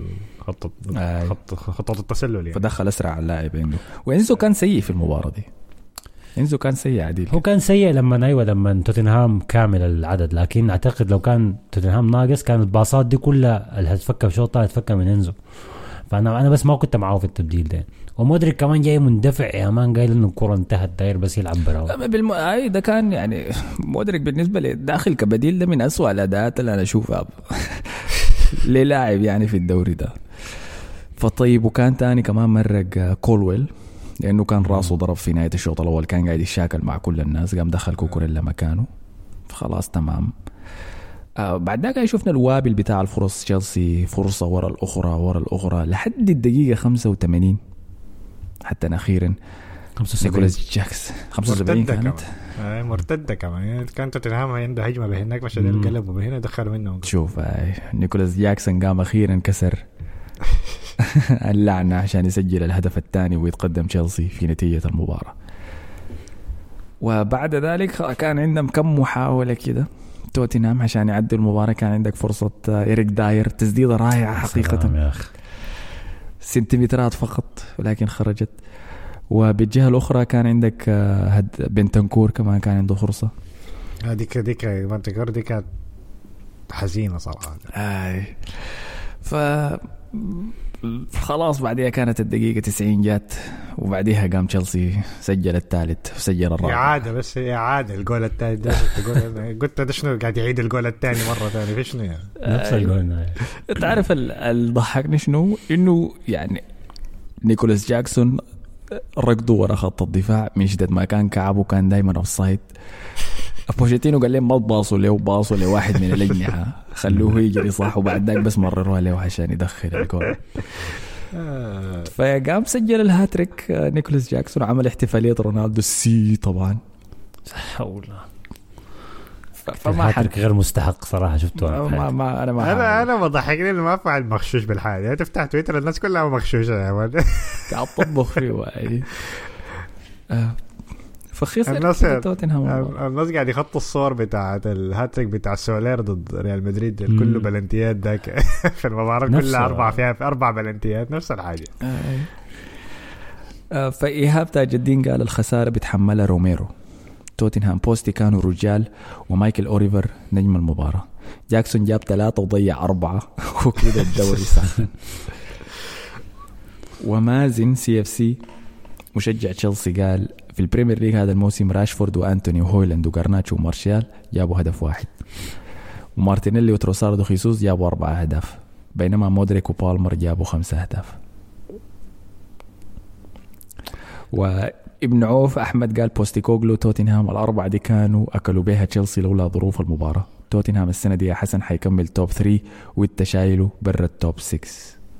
خطة التسلل يعني. فدخل اسرع اللاعب عنده. وإنزو كان سيء في المباراة دي. إنزو كان سيء عديل. هو كان سيء لما توتنهام كامل العدد، لكن اعتقد لو كان توتنهام ناقص كانت الباصات دي كلها اللي هتفكر شوطها هتفكر من إنزو. فانا بس ما كنت معاه في التبديل ده. ومدرك كمان جاي مندفع يا مان، قايل انه الكرة انتهت داير بس يلعب براو. ده كان يعني مدرك بالنسبة لداخل كبديل ده من أسوأ الأداءات اللي أنا أشوفها للاعب يعني في الدوري ده. فطيب وكان تاني كمان مرق كولويل لأنه كان راسه ضرب في نهاية الشوط الأول، كان قاعد يشاكل مع كل الناس، قام دخل كوكوريلا مكانه. فخلاص تمام. بعد ذاك شفنا الوابل بتاع الفرص، تشيلسي فرصة ورا الأخرى لحد الدقيقة 85 حتى أخيرا نيكولاس جاكسون 75 كانت مرتدة كمان. كانت توتنهام عنده هجمة بهناك مش قلبوا بهنا دخلوا منهم. شوف نيكولاس جاكسون قام أخيرا كسر اللعنة عشان يسجل الهدف الثاني ويتقدم تشيلسي في نتيجة المباراة. وبعد ذلك كان عندهم كم محاولة كده توتنهام عشان يعدي المباراة. كان عندك فرصة إيريك داير تسديدة رائعة حقيقة سنتيمترات فقط ولكن خرجت. وبالجهة الأخرى كان عندك بنتنكور كمان كان عنده فرصة. ديك بنتنكور دي كانت حزينة صراحة. خلاص بعدها كانت الدقيقة 90 جات وبعدها قام تشيلسي سجل الثالث وسجل الرابع. إعادة بس إعادة الجول الثاني ده قلت ده شنو قاعد يعيد الجول الثاني مرة ثانية في شنو يعني نفس الجول. تعرف الضحكني شنو إنه يعني نيكولاس جاكسون ركضه ورا خط الدفاع من شدة ما كان كعبه كان دايما أوفسايد. بوشيتينو قال لهم ما تباصوا له باصوا لواحد من الأجنحة خلوه يجري صح وبعد ذاك بس مرروا له عشان يدخل الجول. فقام سجل الهاتريك نيكولاس جاكسون عمل احتفالية رونالدو السي طبعا. حوله فما هاتريك غير مستحق صراحة. شفته أنا بضحكني إنه ما فعل مخشوش بالحاجة. يعني تفتح تويتر الناس كلها مخشوشة يا ولد قاعد تطبخ فيه واي. فخسر الناس قاعد يخطوا الصور بتاعة الهاتريك بتاع سولير ضد ريال مدريد كله بلنتيات داك في المباراة كلها فيها 4 بلنتيات نفس الحاجة. فإيهاب تاج الدين قال الخسارة بتحملها روميرو. توتنهام بوستي كانوا رجال ومايكل أوريفر نجم المباراة. جاكسون جاب 3 وضيع 4 وكذا الدوري سخن. ومازن CFC مشجع تشيلسي قال في البريمير ليج هذا الموسم راشفورد وأنتوني وهويلاند وغارناتشو ومارشال جابوا هدف واحد ومارتينيلي وتروسارد وخيسوس جابوا 4 أهداف بينما مودريك وبالمر جابوا 5 أهداف. وابن عوف أحمد قال بوستيكوغلو توتنهام 4 دي كانوا أكلوا بها تشيلسي لولا ظروف المباراة. توتنهام السنة دي يا حسن حيكمل توب 3 والتشايلوا برا التوب 6.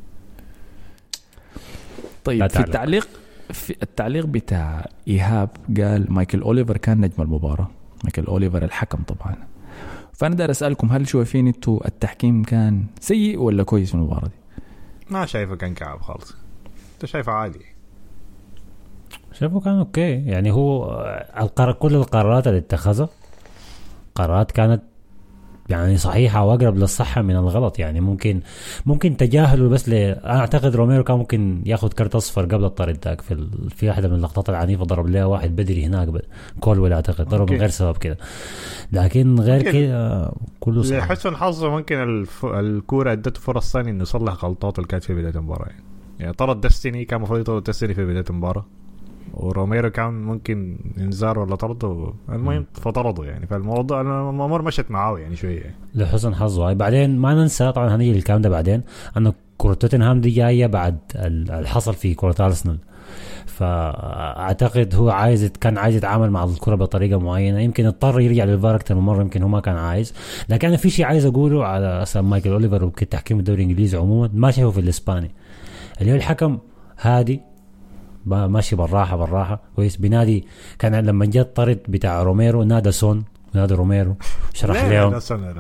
طيب في التعليق بتاع إيهاب قال مايكل أوليفر كان نجم المباراة. مايكل أوليفر الحكم طبعا. فأنا دار أسألكم هل شايفين انتوا التحكيم كان سيء ولا كويس في المباراة دي؟ ما شايفه كان كعب خالص. انت شايفه عادي؟ شايفه كان اوكي. يعني هو كل القرارات اللي اتخذها قرارات كانت يعني صحيحة وأقرب للصحة من الغلط. يعني ممكن تجاهلوا بس أنا أعتقد روميرو كان ممكن ياخد كارت أصفر قبل الطرد داك في واحدة من اللقطات العنيفة ضرب لها واحد بدري هناك كول ولا أعتقد ضرب من غير سبب كده. لكن غير كده كله صحيح. لحسن حظه ممكن الكورة ادته فرص ثانية إنه يصلح غلطاته اللي كانت في بداية المباراة. يعني طرد دستيني كان مفروض يطرد دستيني في بداية المباراة وروميرو كان ممكن انذار ولا طرده. المهم فطرده يعني. فالموضوع الامور مشت معاه يعني شويه لحسن حظه. بعدين ما ننسى طبعا هنيجي الكلام ده بعدين انه كرة توتنهام دي جايه بعد الحصل في كرة أرسنال. فاعتقد هو كان عايز يتعامل مع الكرة بطريقه معينه. يمكن اضطر يرجع للفار اكثر من مره يمكن هو ما كان عايز. لكن انا في شيء عايز اقوله على مايكل أوليفر وتحكيم الدوري الانجليزي عموما ما شايفه في الاسباني اللي هو الحكم هادي ماشي بالراحة كويس. بنادي كان لما جاء طرد بتاع روميرو نادى سون ونادى روميرو شرح لهم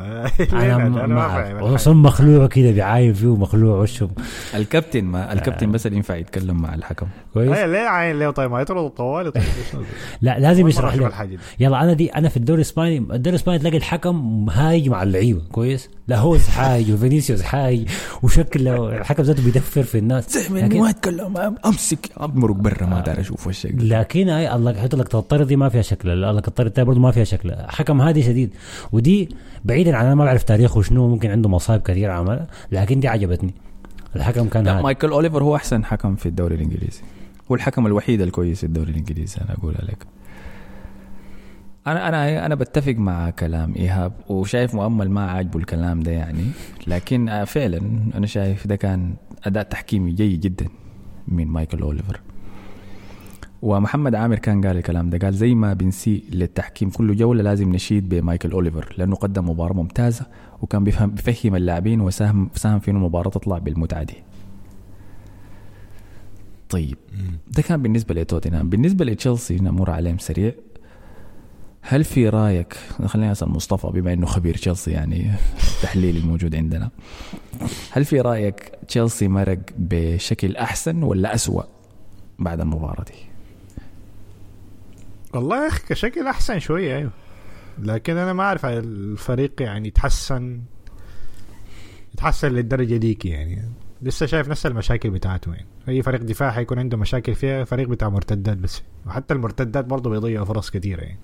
انا صن مخلوع كده بيعاين فيه مخلوع وشه. الكابتن بس اللي ينفع يتكلم مع الحكم كويس. ليه عاين ليه؟ طيب ما يطرد طوالي. طيب لا لازم يشرح له. يلا انا في الدوري الاسباني تلاقي الحكم هاي مع اللعيبه كويس. لا هو حاج وفينيسيوس حاج وشكل الحكم ذاته بيدفر في الناس. لكن ما يتكلم امسك امرق برا ما دار اشوف الشكل. لكن الله يحط لك الطرد دي ما فيها شكل. الله الطرد ده برضه ما فيها شكل. حكم هادي شديد. ودي بعيدا عن انا ما بعرف تاريخه شنو ممكن عنده مصايب كثير عملها لكن دي عجبتني. الحكم كان هادي. مايكل أوليفر هو احسن حكم في الدوري الانجليزي. هو الحكم الوحيد الكويس في الدوري الانجليزي. انا اقول لك انا بتفق مع كلام إيهاب وشايف مؤمل ما عاجبه الكلام ده يعني. لكن فعلا انا شايف ده كان اداء تحكيمي جيد جدا من مايكل أوليفر. ومحمد عامر كان قال الكلام ده. قال زي ما بنسي للتحكيم كل جولة لازم نشيد بمايكل أوليفر لأنه قدم مباراة ممتازة وكان بيفهم اللاعبين وساهم في إنه المباراة تطلع بالمتعة دي. طيب ده كان بالنسبة لتوتنهام. بالنسبة لتشيلسي نمر عليهم سريع. هل في رأيك، خلينا نسأل مصطفى بما أنه خبير تشيلسي يعني التحليل الموجود عندنا، هل في رأيك تشيلسي مرق بشكل أحسن ولا أسوأ بعد المباراة دي؟ والله يا أخي كشكل أحسن شوية أيوه، لكن أنا ما أعرف الفريق يعني يتحسن للدرجة ديك يعني. لسه شايف نفس المشاكل بتاعته يعني. أي فريق دفاع هيكون عنده مشاكل فيها، فريق بتاع مرتدات بس، وحتى المرتدات برضو بيضيعوا فرص كتيرة يعني.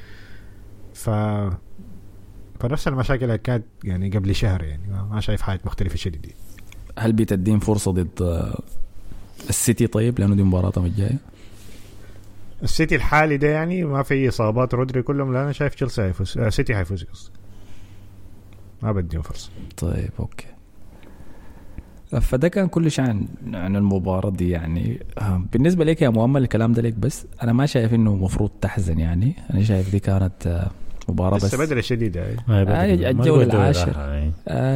فنفس المشاكل كانت يعني قبل شهر يعني، ما شايف حاجة مختلفة شديد. هل بتدين فرصة ضد السيتي طيب، لأنه دي مباراتهم الجاية؟ السيتي الحالي ده يعني ما في إصابات رودري كلهم، لا أنا شايف تشيلسي هيفوز، سيتي هيفوز قصدي، ما بديهم فرصة. طيب أوكي. فده كان كل شيء عن المباراة دي يعني. بالنسبة لك يا مؤمل الكلام ده لك، بس أنا ما شايف إنه مفروض تحزن يعني. أنا شايف دي كانت مباراة بس بدري شديدة. الجولة العاشر.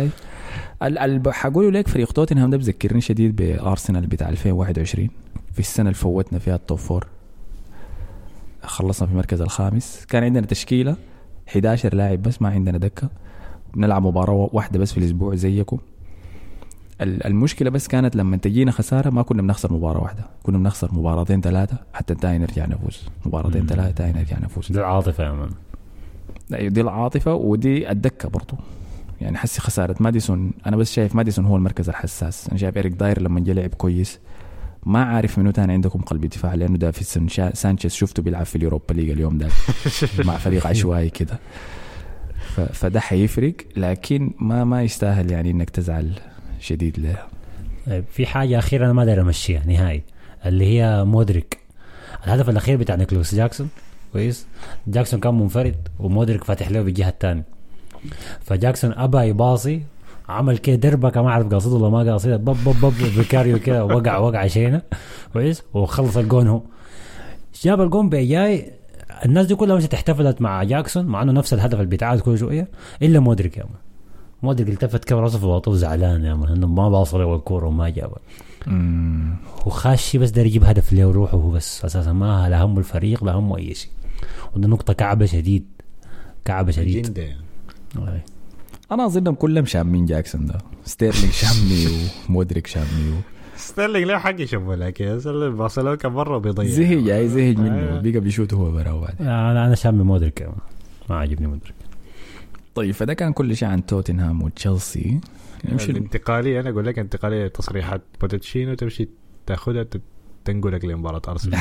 حقوله لك فريق توتنهام ده بذكرني شديد بأرسنال بتاع 2021 في السنة اللي فوتنا فيها التوب فور، خلصنا في المركز الخامس. كان عندنا تشكيلة 11 لاعب بس، ما عندنا دكة، بنلعب مباراة واحدة بس في الأسبوع زيكم. المشكلة بس كانت لما تجينا خسارة ما كنا بنخسر مباراة واحدة، كنا بنخسر مباراتين ثلاثة حتى انتهي نرجع نفوز، مباراتين ثلاثة نرجع نفوز. دي العاطفة يا من. دي العاطفة ودي الدكة برضو يعني. حسي خسارة ماديسون، أنا بس شايف ماديسون هو المركز الحساس. أنا شايف إريك داير لما جاء لعب كويس، ما عارف منو تاني عندكم قلب دفاع، لأنه ده في سانشيز شفته بيلعب في اليوروبا ليج اليوم ده مع فريق عشوائي كده، فده حيفرق، لكن ما يستاهل يعني إنك تزعل شديد له. في حاجة أخيرة أنا ما داير أمشيها نهائي، اللي هي مودريك. الهدف الأخير بتاع نيكلاس جاكسون كويس، جاكسون كان منفرد ومودريك فاتح له بالجهة الثانية، فجاكسون أبى يباصي، عمل كده دربكة ما أعرف قاصده ولا ما قاصده، بب بكاريو كده وقع شينا كويس، وخلص الجون. هو جاب الجون بيجاي، الناس دي كلها مش احتفلت مع جاكسون مع انه نفس الهدف اللي بيتعاد كل شويه، الا مودريك يا مان. مودريك التفت كده راسه في الوطن زعلان يا مان انه ما باصل الكوره وما جابها، وخاشي بس داير يجيب هدف له وروحه هو بس، اساسا ما لا هم الفريق لا هم اي شيء. وده نقطه كعبه شديد جدا. انا اظنهم كلهم شامين جاكسون ده، ستيرلينج شامي ومودريك شامي ستيرلينج له حق يشوفه، لكن برشلونه كان مره بيضيع زهج منه بيقى بيشوت هو برا بعد. انا شامي مودريك ما عجبني مودريك. طيب فده كان كل شيء عن توتنهام وتشيلسي. الانتقالية أنا أقول لك انتقالية تصريحات بوتشينو تمشي تأخذها تنقلك لمباراة أرسنال.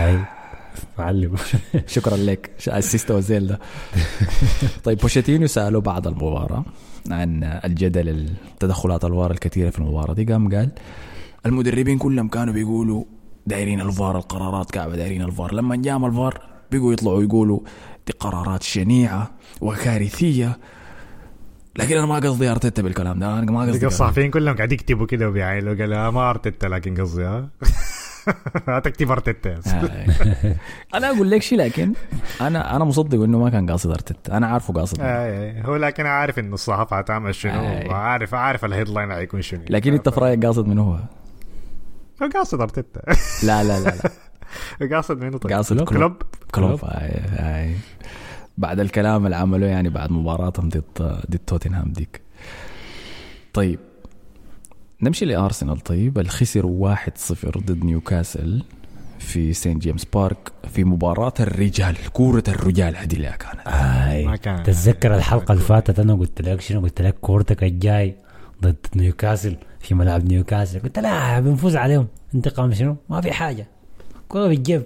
معلم شكرا لك أسيست وزيل ده. طيب بوشيتينو سألوا بعد المباراة عن الجدل التدخلات الفار الكثيرة في المباراة دي، قال المدربين كلهم كانوا بيقولوا دايرين الفار، القرارات كعبة دايرين الفار، لما جام الفار بيقوا يطلعوا يقولوا دي قرارات شنيعة وكارثية، لكن أنا ما قصدي أرتيتا بالكلام ده، أنا ما قصدي. الصحفيين كلهم قاعد يكتبوا كده وبيعايلوا قال ما أرتيتا لكن قصدي هتكتب أرتيتا. أنا أقول لك شيء، لكن أنا مصدق إنه ما كان قاصد أرتيتا، أنا عارفه قاصد. هو لكن عارف إنه الصحافة هتعمل شنو، وعارف الهيدلاين هيكون شنو. لكن أنت في رأيك قاصد منه هو قاصد أرتيتا. لا قاصد منه. طيب قاصد كلوب. بعد الكلام اللي عمله يعني بعد مباراتهم ضد توتنهام ديك. طيب نمشي لأرسنال. طيب الخسر 1-0 ضد نيوكاسل في سين جيمس بارك في مباراة الرجال، كورة الرجال هذه اللي كانت. تتذكر الحلقة اللي فاتت أنا قلت لك شنو؟ قلت لك كورتك الجاي ضد نيوكاسل في ملعب نيوكاسل، قلت لا بنفوز عليهم، انتقام شنو؟ ما في حاجة، كورة بالجيب.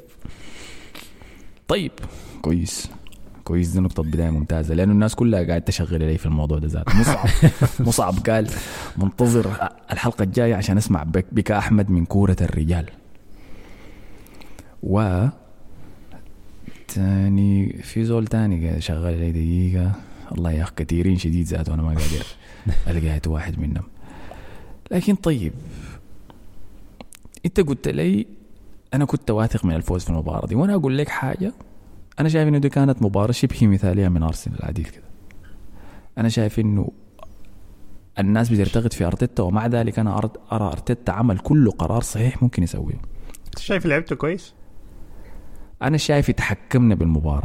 طيب كويس دي نقطة بداية ممتازة، لأنه الناس كلها قاعد تشغل علي في الموضوع ده ذات. مصعب قال منتظر الحلقة الجاية عشان أسمع بك أحمد من كورة الرجال. تاني في زول تاني قاعد شغال علي دقيقة، الله يا أخي كثيرين شديد ذات وأنا ما قادر ألقيت واحد منهم. لكن طيب أنت قلت لي أنا كنت واثق من الفوز في المباراة دي، وأنا أقول لك حاجة، أنا شايف إنه دي كانت مباراة شبه مثالية من أرسنال العديد كده. أنا شايف إنه الناس بترتغط في أرتيتا، ومع ذلك أنا أرى أرتيتا عمل كل قرار صحيح ممكن يسويه. شايف لعبته كويس؟ انا شايف تحكمنا بالمباراه.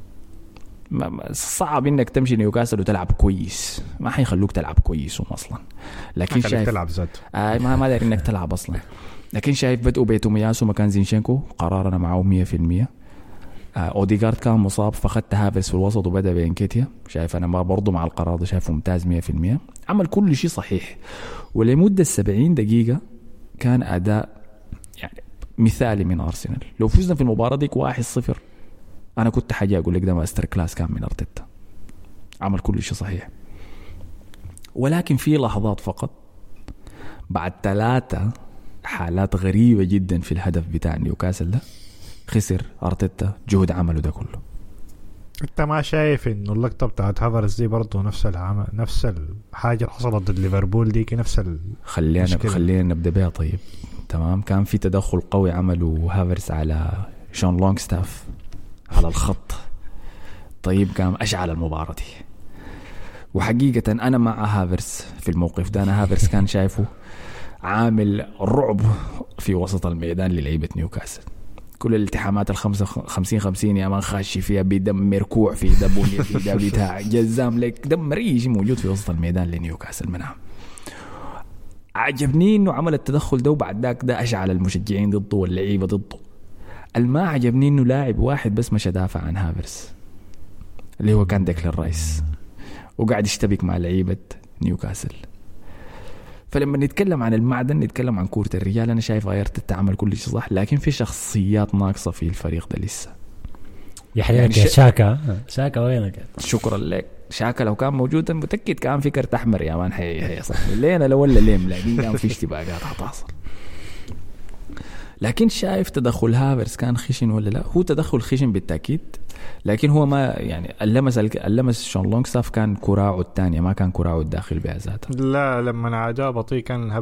صعب انك تمشي نيوكاسل وتلعب كويس، ما حيخلوك تلعب كويس اصلا. لكن شايف تلعب ذاته ما داير انك تلعب اصلا. لكن شايف بدأوا بيتومياسو مكان زينشينكو، قرارنا معه 100%. اوديغارد كان مصاب فخدت هافرز في الوسط وبدأ بينكيتيا. شايف انا ما برضو مع القرار ده، شايفه ممتاز 100%. عمل كل شيء صحيح، ولمدة 70 دقيقة كان اداء يعني مثالي من ارسنال. لو فزنا في المباراة ديك 1-0 انا كنت حاجة اقول لك ده ماستر كلاس كان من ارتيتا. عمل كل شيء صحيح، ولكن في لحظات فقط بعد 3 حالات غريبة جدا في الهدف بتاع نيوكاسل ده خسر ارتيتا جهد عمله ده كله. انت ما شايف انه اللقطة بتاعت هافرز دي برضو نفس الحاجة اللي حصلت ضد ليفربول دي نفس خلينا نبدأ بها. طيب تمام، كان في تدخل قوي عمله هافرز على شون لونغستاف على الخط. طيب قام أشعل المباراة دي، وحقيقة أنا مع هافرز في الموقف ده. أنا هافرز كان شايفه عامل رعب في وسط الميدان للعيبة نيوكاسل. كل الالتحامات 50-50 يا مان خاشي فيها بدمر كوع في دبوني في بتاع جزام لك دمر أي شيء موجود في وسط الميدان لنيوكاسل منها. عجبني إنه عمل التدخل ده، وبعد ذاك ده أشعل المشجعين ضده واللعيبة ضده. الما عجبني إنه لاعب واحد بس مش دافع عن هافرز اللي هو كان ديكلان رايس، وقاعد يشتبك مع لعيبة نيوكاسل. فلما نتكلم عن المعدن نتكلم عن كورة الرجال. أنا شايف غيرت التعامل كل شيء صح، لكن في شخصيات ناقصة في الفريق ده لسه. يعني شاكا وينك؟ شكرا لك. شاكا لو كان موجودا متأكد كان في كرت أحمر يا مان هيصل لينا لو ولا ليم، لكن كان في اشتباكات هتحصل. لكن شايف تدخل هافرز كان خشن ولا لا؟ هو تدخل خشن بالتأكيد، لكن هو ما يعني اللمس شون لونغستاف كان كراعه الثانية، ما كان كراعه الداخل بها ذاته. لا لما عاداه بطيء كان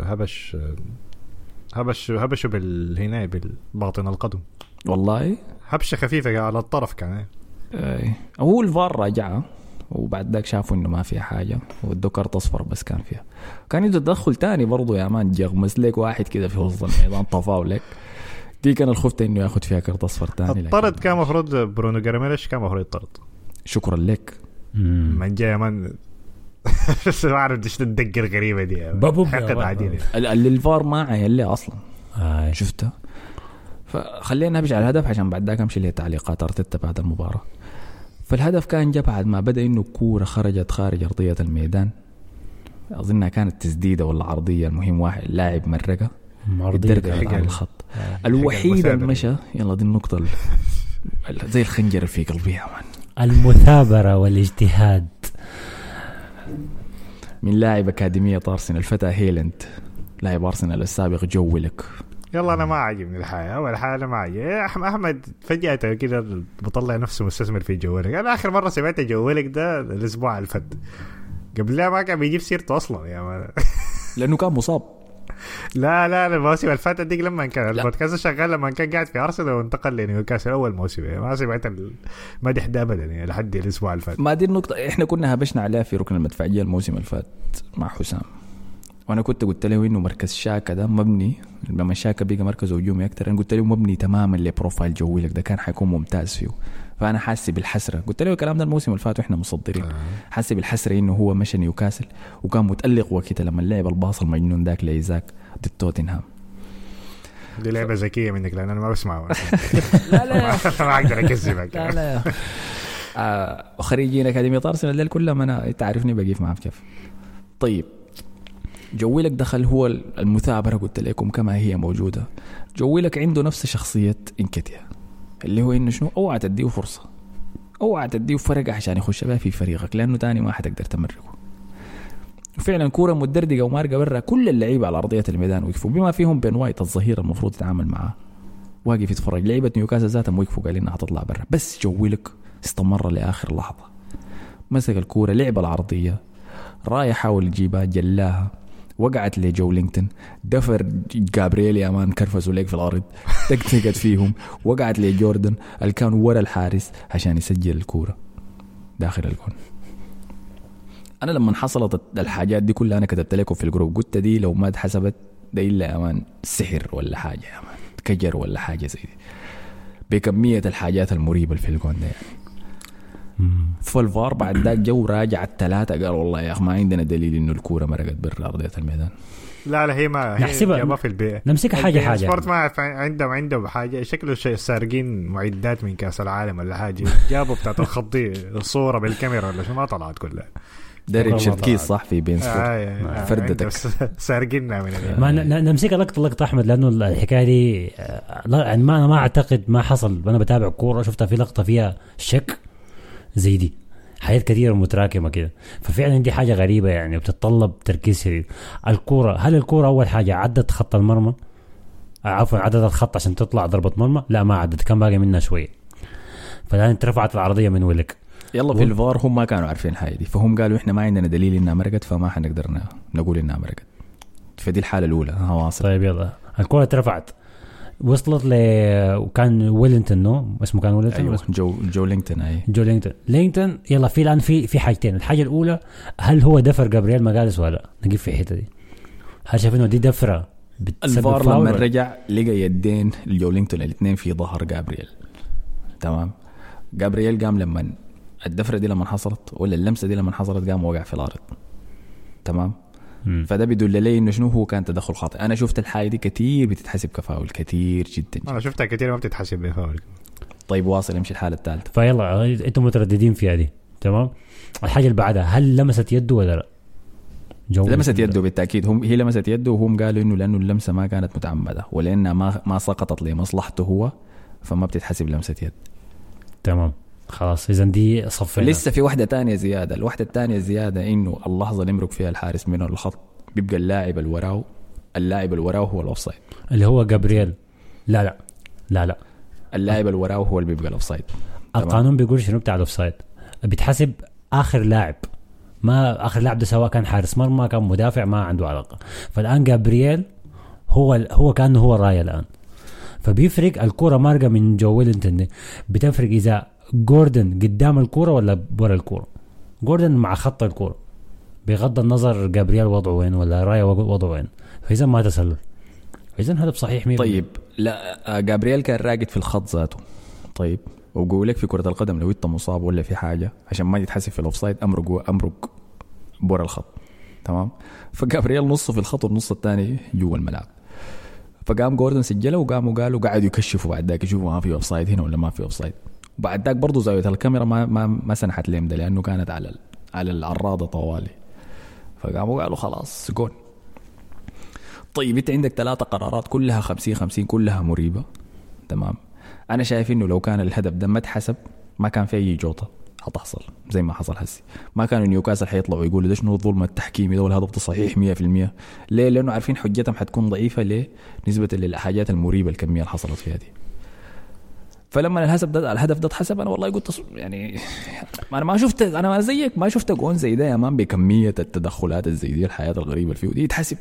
هبش بالهناية بالباطن القدم، والله هبشة خفيفة على الطرف كان. هو الفار رجعه وبعد ذاك شافوا انه ما فيها حاجة وادوا كرت اصفر، بس كان فيها كان يدو تدخل تاني برضو يا مان، جغمس لك واحد كده في وسط الميدان طفاو لك دي، كان الخفت انه ياخد فيها كرت اصفر تاني. الطرد كان مفروض برونو جراميلش كان مفروض يطرد. شكرا لك من جاي من ما اعرف ايش الدقه الغريبه دي، حقد عادي اللي الفار ما عيل اصلا. شفته. فخلينا نمشي على الهدف عشان بعد ذاك امشي له تعليقات ارتيتا بعد المباراه. فالهدف كان جاء بعد ما بدا انه كوره خرجت خارج ارضيه الميدان، اظنها كانت تسديده ولا عرضيه، المهم واحد لاعب مرقه على الخط الوحيد المشى. يلا دي النقطه زي الخنجر في قلبي يا مان. المثابره والاجتهاد من لاعب اكاديميه ارسنال الفتى هيلند، لاعب ارسنال السابق جو ويلك. يلا انا ما عاجبني الحياه، اول حاجه ما عاجبني احمد فجاه كده بطلع نفسه مستثمر في جو ويلك. انا اخر مره سمعت جو ويلك ده الاسبوع الفت، قبل لا ما كان بيجيب سيرته اصلا يا مان لانه كان مصاب. لا الموسم الفات ديك لما كان البودكاست شغال لما كان قاعد في ارسنال وانتقل لنيوكاسل اول موسم، ما سمعت المدح ده ابدا يعني لحد الاسبوع الفات. ما دي النقطه احنا كنا هبشنا عليها في ركن المدفعيه الموسم الفات مع حسام، وانا كنت قلت له انه مركز شاكا ده مبني، لما شاكا بقى مركز هجومي اكثر انا قلت له مبني تماما لبروفايل جويلك ده، كان حيكون ممتاز فيه. فانا حاسس بالحسره، قلت له الكلام ده الموسم الفات واحنا مصدرين. حاسس بالحسره انه هو مشى نيوكاسل وكان متالق وقتها لما لعب الباص المجنون ذاك لايزاك ضد توتنهام. دي لعبه ذكيه منك لان انا ما بسمعها. لا ما اقدر اكذبك. لا خريجين اكاديميه ارسنال الليل كلهم انا تعرفني بقيف معاه كيف. طيب جويلك دخل هو المثابرة قلت لكم كما هي موجودة. جويلك عنده نفس شخصية إنكيتيا اللي هو إنه شنو، أوعى تديه فرصة، أوعى تديه فرقة عشان يخش بها في فريقك، لأنه تاني ما حتقدر تمرقه. وفعلا كورة مدردقة ومارقة برا، كل اللعيبة على أرضية الميدان وقفوا بما فيهم بين وايت الظهير المفروض يتعامل معاه، واقف يتفرج. لعيبة نيوكاسل ذاتهم وقفوا قال إنها هتطلع برا، بس جويلك استمر لآخر لحظة، مسك الكورة لعب العرضية، رايح حاول يجيبها جلاها، وقعت لجولينغتون، دفر جابرييل يا مان كرفسوا ليك في الأرض، تكتكت فيهم، وقعت لجوردن اللي كان ورا الحارس عشان يسجل الكورة داخل الجون. أنا لما حصلت الحاجات دي كلها أنا كتبت لكم في الجروب، قلت دي لو ما اتحسبت ده إلا يا مان سحر ولا حاجة يا مان. كجر ولا حاجة زي دي بكمية الحاجات المريبة في الجون ده يعني. فالفار بعد ذاك جو راجع الثلاثة قال والله يا أخي ما عندنا دليل إنه الكورة مرقت برا أرضية الميدان. لا هي ما هي ما في البيئة نمسكها حاجة سبورت ما عندهم حاجة شكله شيء سارقين معدات من كأس العالم ولا حاجة جابوا بتاعت الخطي الصورة بالكاميرا ولا شو ما طلعت كلها داري تشكيس صح في بين سبورت فردتك سارقيننا من ما نمسكها لقطة أحمد لأنه الحكاية دي يعني أنا ما أعتقد ما حصل. أنا بتابع كورة شفتها في لقطة فيها شك زي دي حاجات كثيرة متراكمة كده ففعلا دي حاجة غريبة يعني بتتطلب تركيز شديد. الكورة هل الكورة أول حاجة عدت خط المرمى عفوا عدت الخط عشان تطلع ضربة مرمى؟ لا ما عدت كان باقي منها شوية فالآن اترفعت العرضية من ولك يلا في الفار هم ما كانوا عارفين حاجة دي فهم قالوا إحنا ما عندنا دليل إنها مرقت فما حنقدر نقول إنها مرقت. فدي الحالة الأولى واصل. طيب يلا الكورة اترفعت وصلت وكان ويلينغتون اسمه كان ويلينغتون أيوة جو لينغتون لينغتون يلا في الآن في حاجتين. الحاجة الأولى هل هو دفر جابرييل ماغاليس ولا نجيب في الحتة دي هل شايف إنه دي دفرة الفار لما رجع لقى يدين جو لينغتون الاثنين في ظهر جابرييل تمام. جابرييل قام لما الدفرة دي لما حصلت ولا اللمسة دي لما حصلت قام وقع في الأرض تمام. فده بيدل لي انه شنو هو كان تدخل خاطئ. انا شفت الحاجه دي كتير بتتحسب كفاول كتير جدا. انا شفتها كتير ما بتتحسب بفاول. طيب واصل يمشي الحاله الثالثه. فيلا انتم مترددين فيها دي تمام. الحاجه اللي بعدها هل لمست يده ولا لا؟ لمست يده بالتاكيد. هي لمست يده وهم قالوا انه لانه اللمسه ما كانت متعمده ولانها ما سقطت لمصلحته هو فما بتتحسب لمسه يد. تمام خلاص اذا دي صفينا. لسه في واحده تانية زياده. الواحده الثانيه زياده انه اللحظه اللي يمرق فيها الحارس من الخط بيبقى اللاعب اللي وراه هو الاوفسايد اللي هو جابرييل. لا اللاعب اللي وراه هو اللي بيبقى الاوفسايد. القانون بيقول شنو بتاع الاوفسايد بيتحسب اخر لاعب. ما اخر لاعب ده سواء كان حارس مرمى كان مدافع ما عنده علاقه. فالان جابرييل هو كانه هو الرايه الان. فبيفرق الكرة مارقة من جو ويلينغتون بتفرق إذا جوردن قدام الكرة ولا برا الكرة. جوردن مع خط الكرة بغض النظر جابرييل وضعه وين ولا رايا وضعه وين فإذا ما تسلل إذا هذا بصحيح 100%. طيب لا جابرييل كان راقد في الخط ذاته. طيب وقولك في كرة القدم لو انت مصاب ولا في حاجة عشان ما يتحسب في الأوفسايد أمرق برا الخط تمام. فجابرييل نصه في الخط والنص الثاني جوا الملعب. فقام جوردن سجله وقاموا قالوا قاعد يكشفوا بعد ذاك يشوفوا ما في اوفسايد هنا ولا ما في اوفسايد. وبعد ذاك برضه زاويه الكاميرا ما سنحت لهم ده لانه كانت على العراضه طوالي. فقاموا قالوا خلاص جول. طيب انت عندك 3 قرارات كلها 50-50 كلها مريبه تمام. انا شايف انه لو كان الهدف ده ما اتحسب ما كان في اي جوطه هتحصل زي ما حصل هسي. ما كانوا نيوكاسل حيطلعوا يقولوا ده شنو الظلم التحكيمي ده والهدف ده صحيح 100%. ليه؟ لانه عارفين حجتهم حتكون ضعيفه. ليه؟ نسبه للحاجات المريبه الكميه اللي حصلت فيها دي. فلما الهدف ده اتحسب انا والله قلت يعني انا ما شفت انا زيك ما شفت جون زي ده يا مان بكميه التدخلات الزي دي الحياه الغريبه اللي فيه دي يتحسب.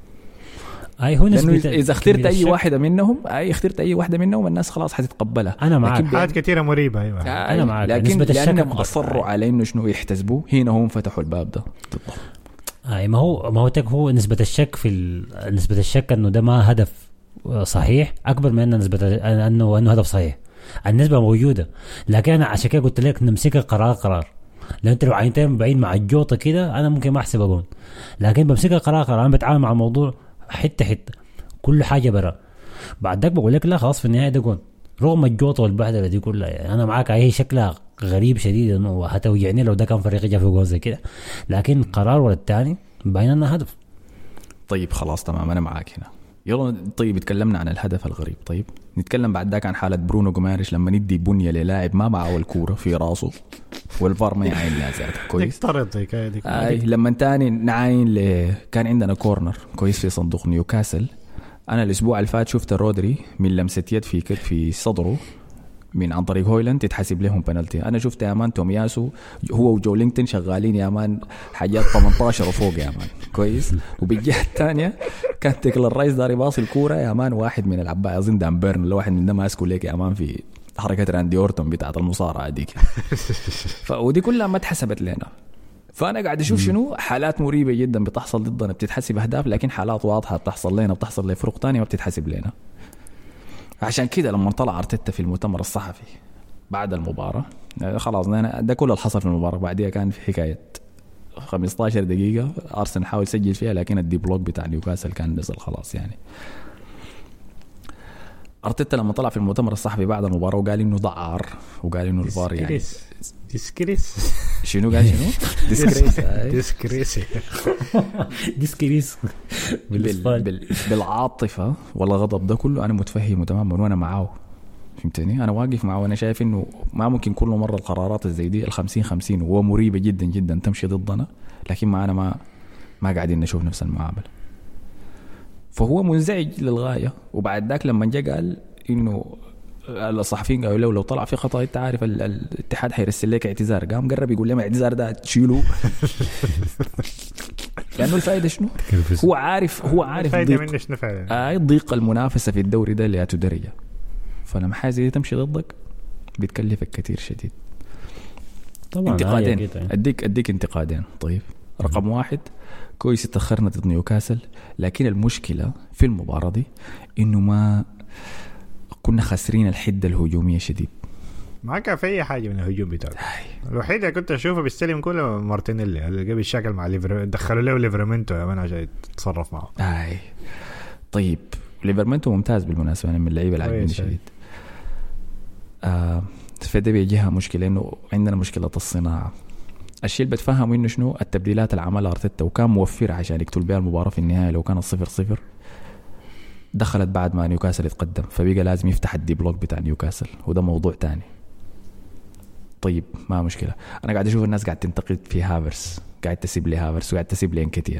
إذا اخترت أي واحدة منهم الناس خلاص حتتقبلها. أنا معك حاجات كثيرة مريبة. أيوة. أنا معك. لكن لأنهم أصروا على إنه شنو يحتسبوا هنا هم فتحوا الباب ده. ما هو نسبة الشك نسبة الشك إنه ده ما هدف صحيح أكبر من نسبة إنه هدف صحيح. النسبة موجودة لكن أنا عشان كده قلت لك نمسك قرار. لو أنت لو عينتين بعيد مع الجوطة كده أنا ممكن ما أحسب أقول. لكن بمسك قرار أنا بتعامل مع الموضوع حتة كل حاجة برا. بعد ذاك بقول لك لا خلاص في النهاية ده جون رغم الجوطة والبهدلة دي كلها. يعني أنا معاك هي شكلها غريب شديد إنه هتوجعني لو ده كان فريق جا في جون زي كده لكن قرار ولا الثاني باين إنه هدف. طيب خلاص تمام أنا معاك هنا. يلا طيب اتكلمنا عن الهدف الغريب. طيب نتكلم بعد ذاك عن حالة برونو غوماريش لما ندي بنية للاعب ما معه الكورة في راسه والفار ما يعين لازاته كويس. لما تاني نعاين كان عندنا كورنر كويس في صندوق نيوكاسل. أنا الأسبوع اللي فات شفت رودري من لمسة يد في صدره من عن طريق هويلاند تتحسب لهم بنالتي. أنا شفت يا مان تومياسو هو وجو لينغتون شغالين يا مان حاجات 18 وفوق يا مان كويس. وبالجهة الثانية كان تكل الرئيس داري باص الكورة يا مان واحد من العباء أظن دان بيرن لو واحد من ده ماسكه ليك يا مان في حركة راندي أورتون بتاعة المصارعة ديك. ودي كلها ما اتحسبت لنا. فأنا قاعد أشوف شنو حالات مريبة جدا بتحصل ضدنا بتتحسب أهداف لكن حالات واضحة بتحصل لنا بتحصل لفرق تانية ما بتتحسب لنا. عشان كده لما طلع أرتيتا في المؤتمر الصحفي بعد المباراة خلاص ده كل اللي حصل في المباراة. بعدها كان في حكاية 15 دقيقة أرسنال حاول يسجل فيها لكن الدي بلوك بتاع نيوكاسل كان نزل خلاص. يعني أرتيتا لما طلع في المؤتمر الصحفي بعد المباراة وقال إنه ضعار وقال إنه الفار يعني ديسكريس شنو قال شنو ديسكريس بالعاطفة والغضب ده كله أنا متفهمه تماما وأنا معاه فهمتني. أنا واقف معه وأنا شايف إنه ما ممكن كل مرة القرارات زي دي 50-50 وهو مريبة جدا جدا تمشي ضدنا لكن معنا ما قاعدين نشوف نفس المعاملة. فهو منزعج للغاية. وبعد ذاك لما جاء قال إنه الصحفيين قالوا لو طلع في خطأ انت عارف الاتحاد حيرسل لك اعتذار. قام قرب يقول لهم اعتذار ده تشيله لأنه الفائدة شنو؟ هو عارف ضيق المنافسة في الدوري ده لا تدري. فلما حاجة زي تمشي ضدك بتكلفك كتير شديد. طبعا انتقادين أديك انتقادين. طيب رقم 1 كويس تأخرنا ضد نيوكاسل لكن المشكلة في المباراة دي إنه ما كنا خاسرين الحدة الهجومية شديد. ما كان في أي حاجة من الهجوم بتاعه. الوحيد اللي كنت أشوفه بيستلم كله مارتينيلي اللي قبل الشكل مع دخلوا له ليفرمنتو يا من عشان يتصرف معه. طيب ليفرمنتو ممتاز بالمناسبة أنا من اللعيبة العجبين شديد. فده بيجيها مشكلة إنه عندنا مشكلة الصناعة. الشيء اللي بتفهمه إنه شنو التبديلات اللي عملها أرتيتا وكان موفر عشان يقتل بها المباراة في النهاية. لو كانت 0-0 دخلت بعد ما نيوكاسل يتقدم فبقى لازم يفتح الدي بلوك بتاع نيوكاسل وده موضوع تاني. طيب ما مشكلة. أنا قاعد أشوف الناس قاعد تنتقد في هافرس قاعد تسيب لي هافرس وقاعد تسيب لي انكتيا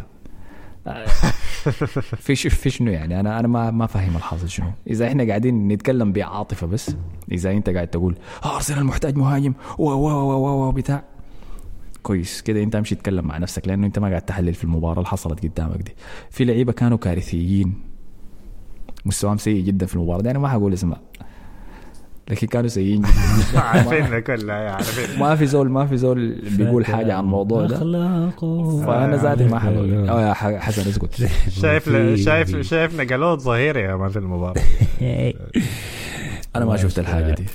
في شنو يعني أنا ما فاهم الحاصل شنو. إذا إحنا قاعدين نتكلم بعاطفة بس إذا أنت قاعد تقول أرسنال محتاج مهاجم و بتاع كويس كده أنت امشي تتكلم مع نفسك لأنه أنت ما قاعد تحلل في المباراة اللي حصلت قدامك دي. في لعيبة كانوا كارثيين مستواهم سيء جدا في المباراة يعني ما هقول اسمها لكن كانوا سيئين جدا عارفين كلها عارفين. ما في زول بيقول حاجة عن الموضوع ده فأنا ذاتي ما هقول يا حسن اسكت. شايف نقلوت ظهيري يا ما في المباراة. أنا ما شفت الحاجة دي.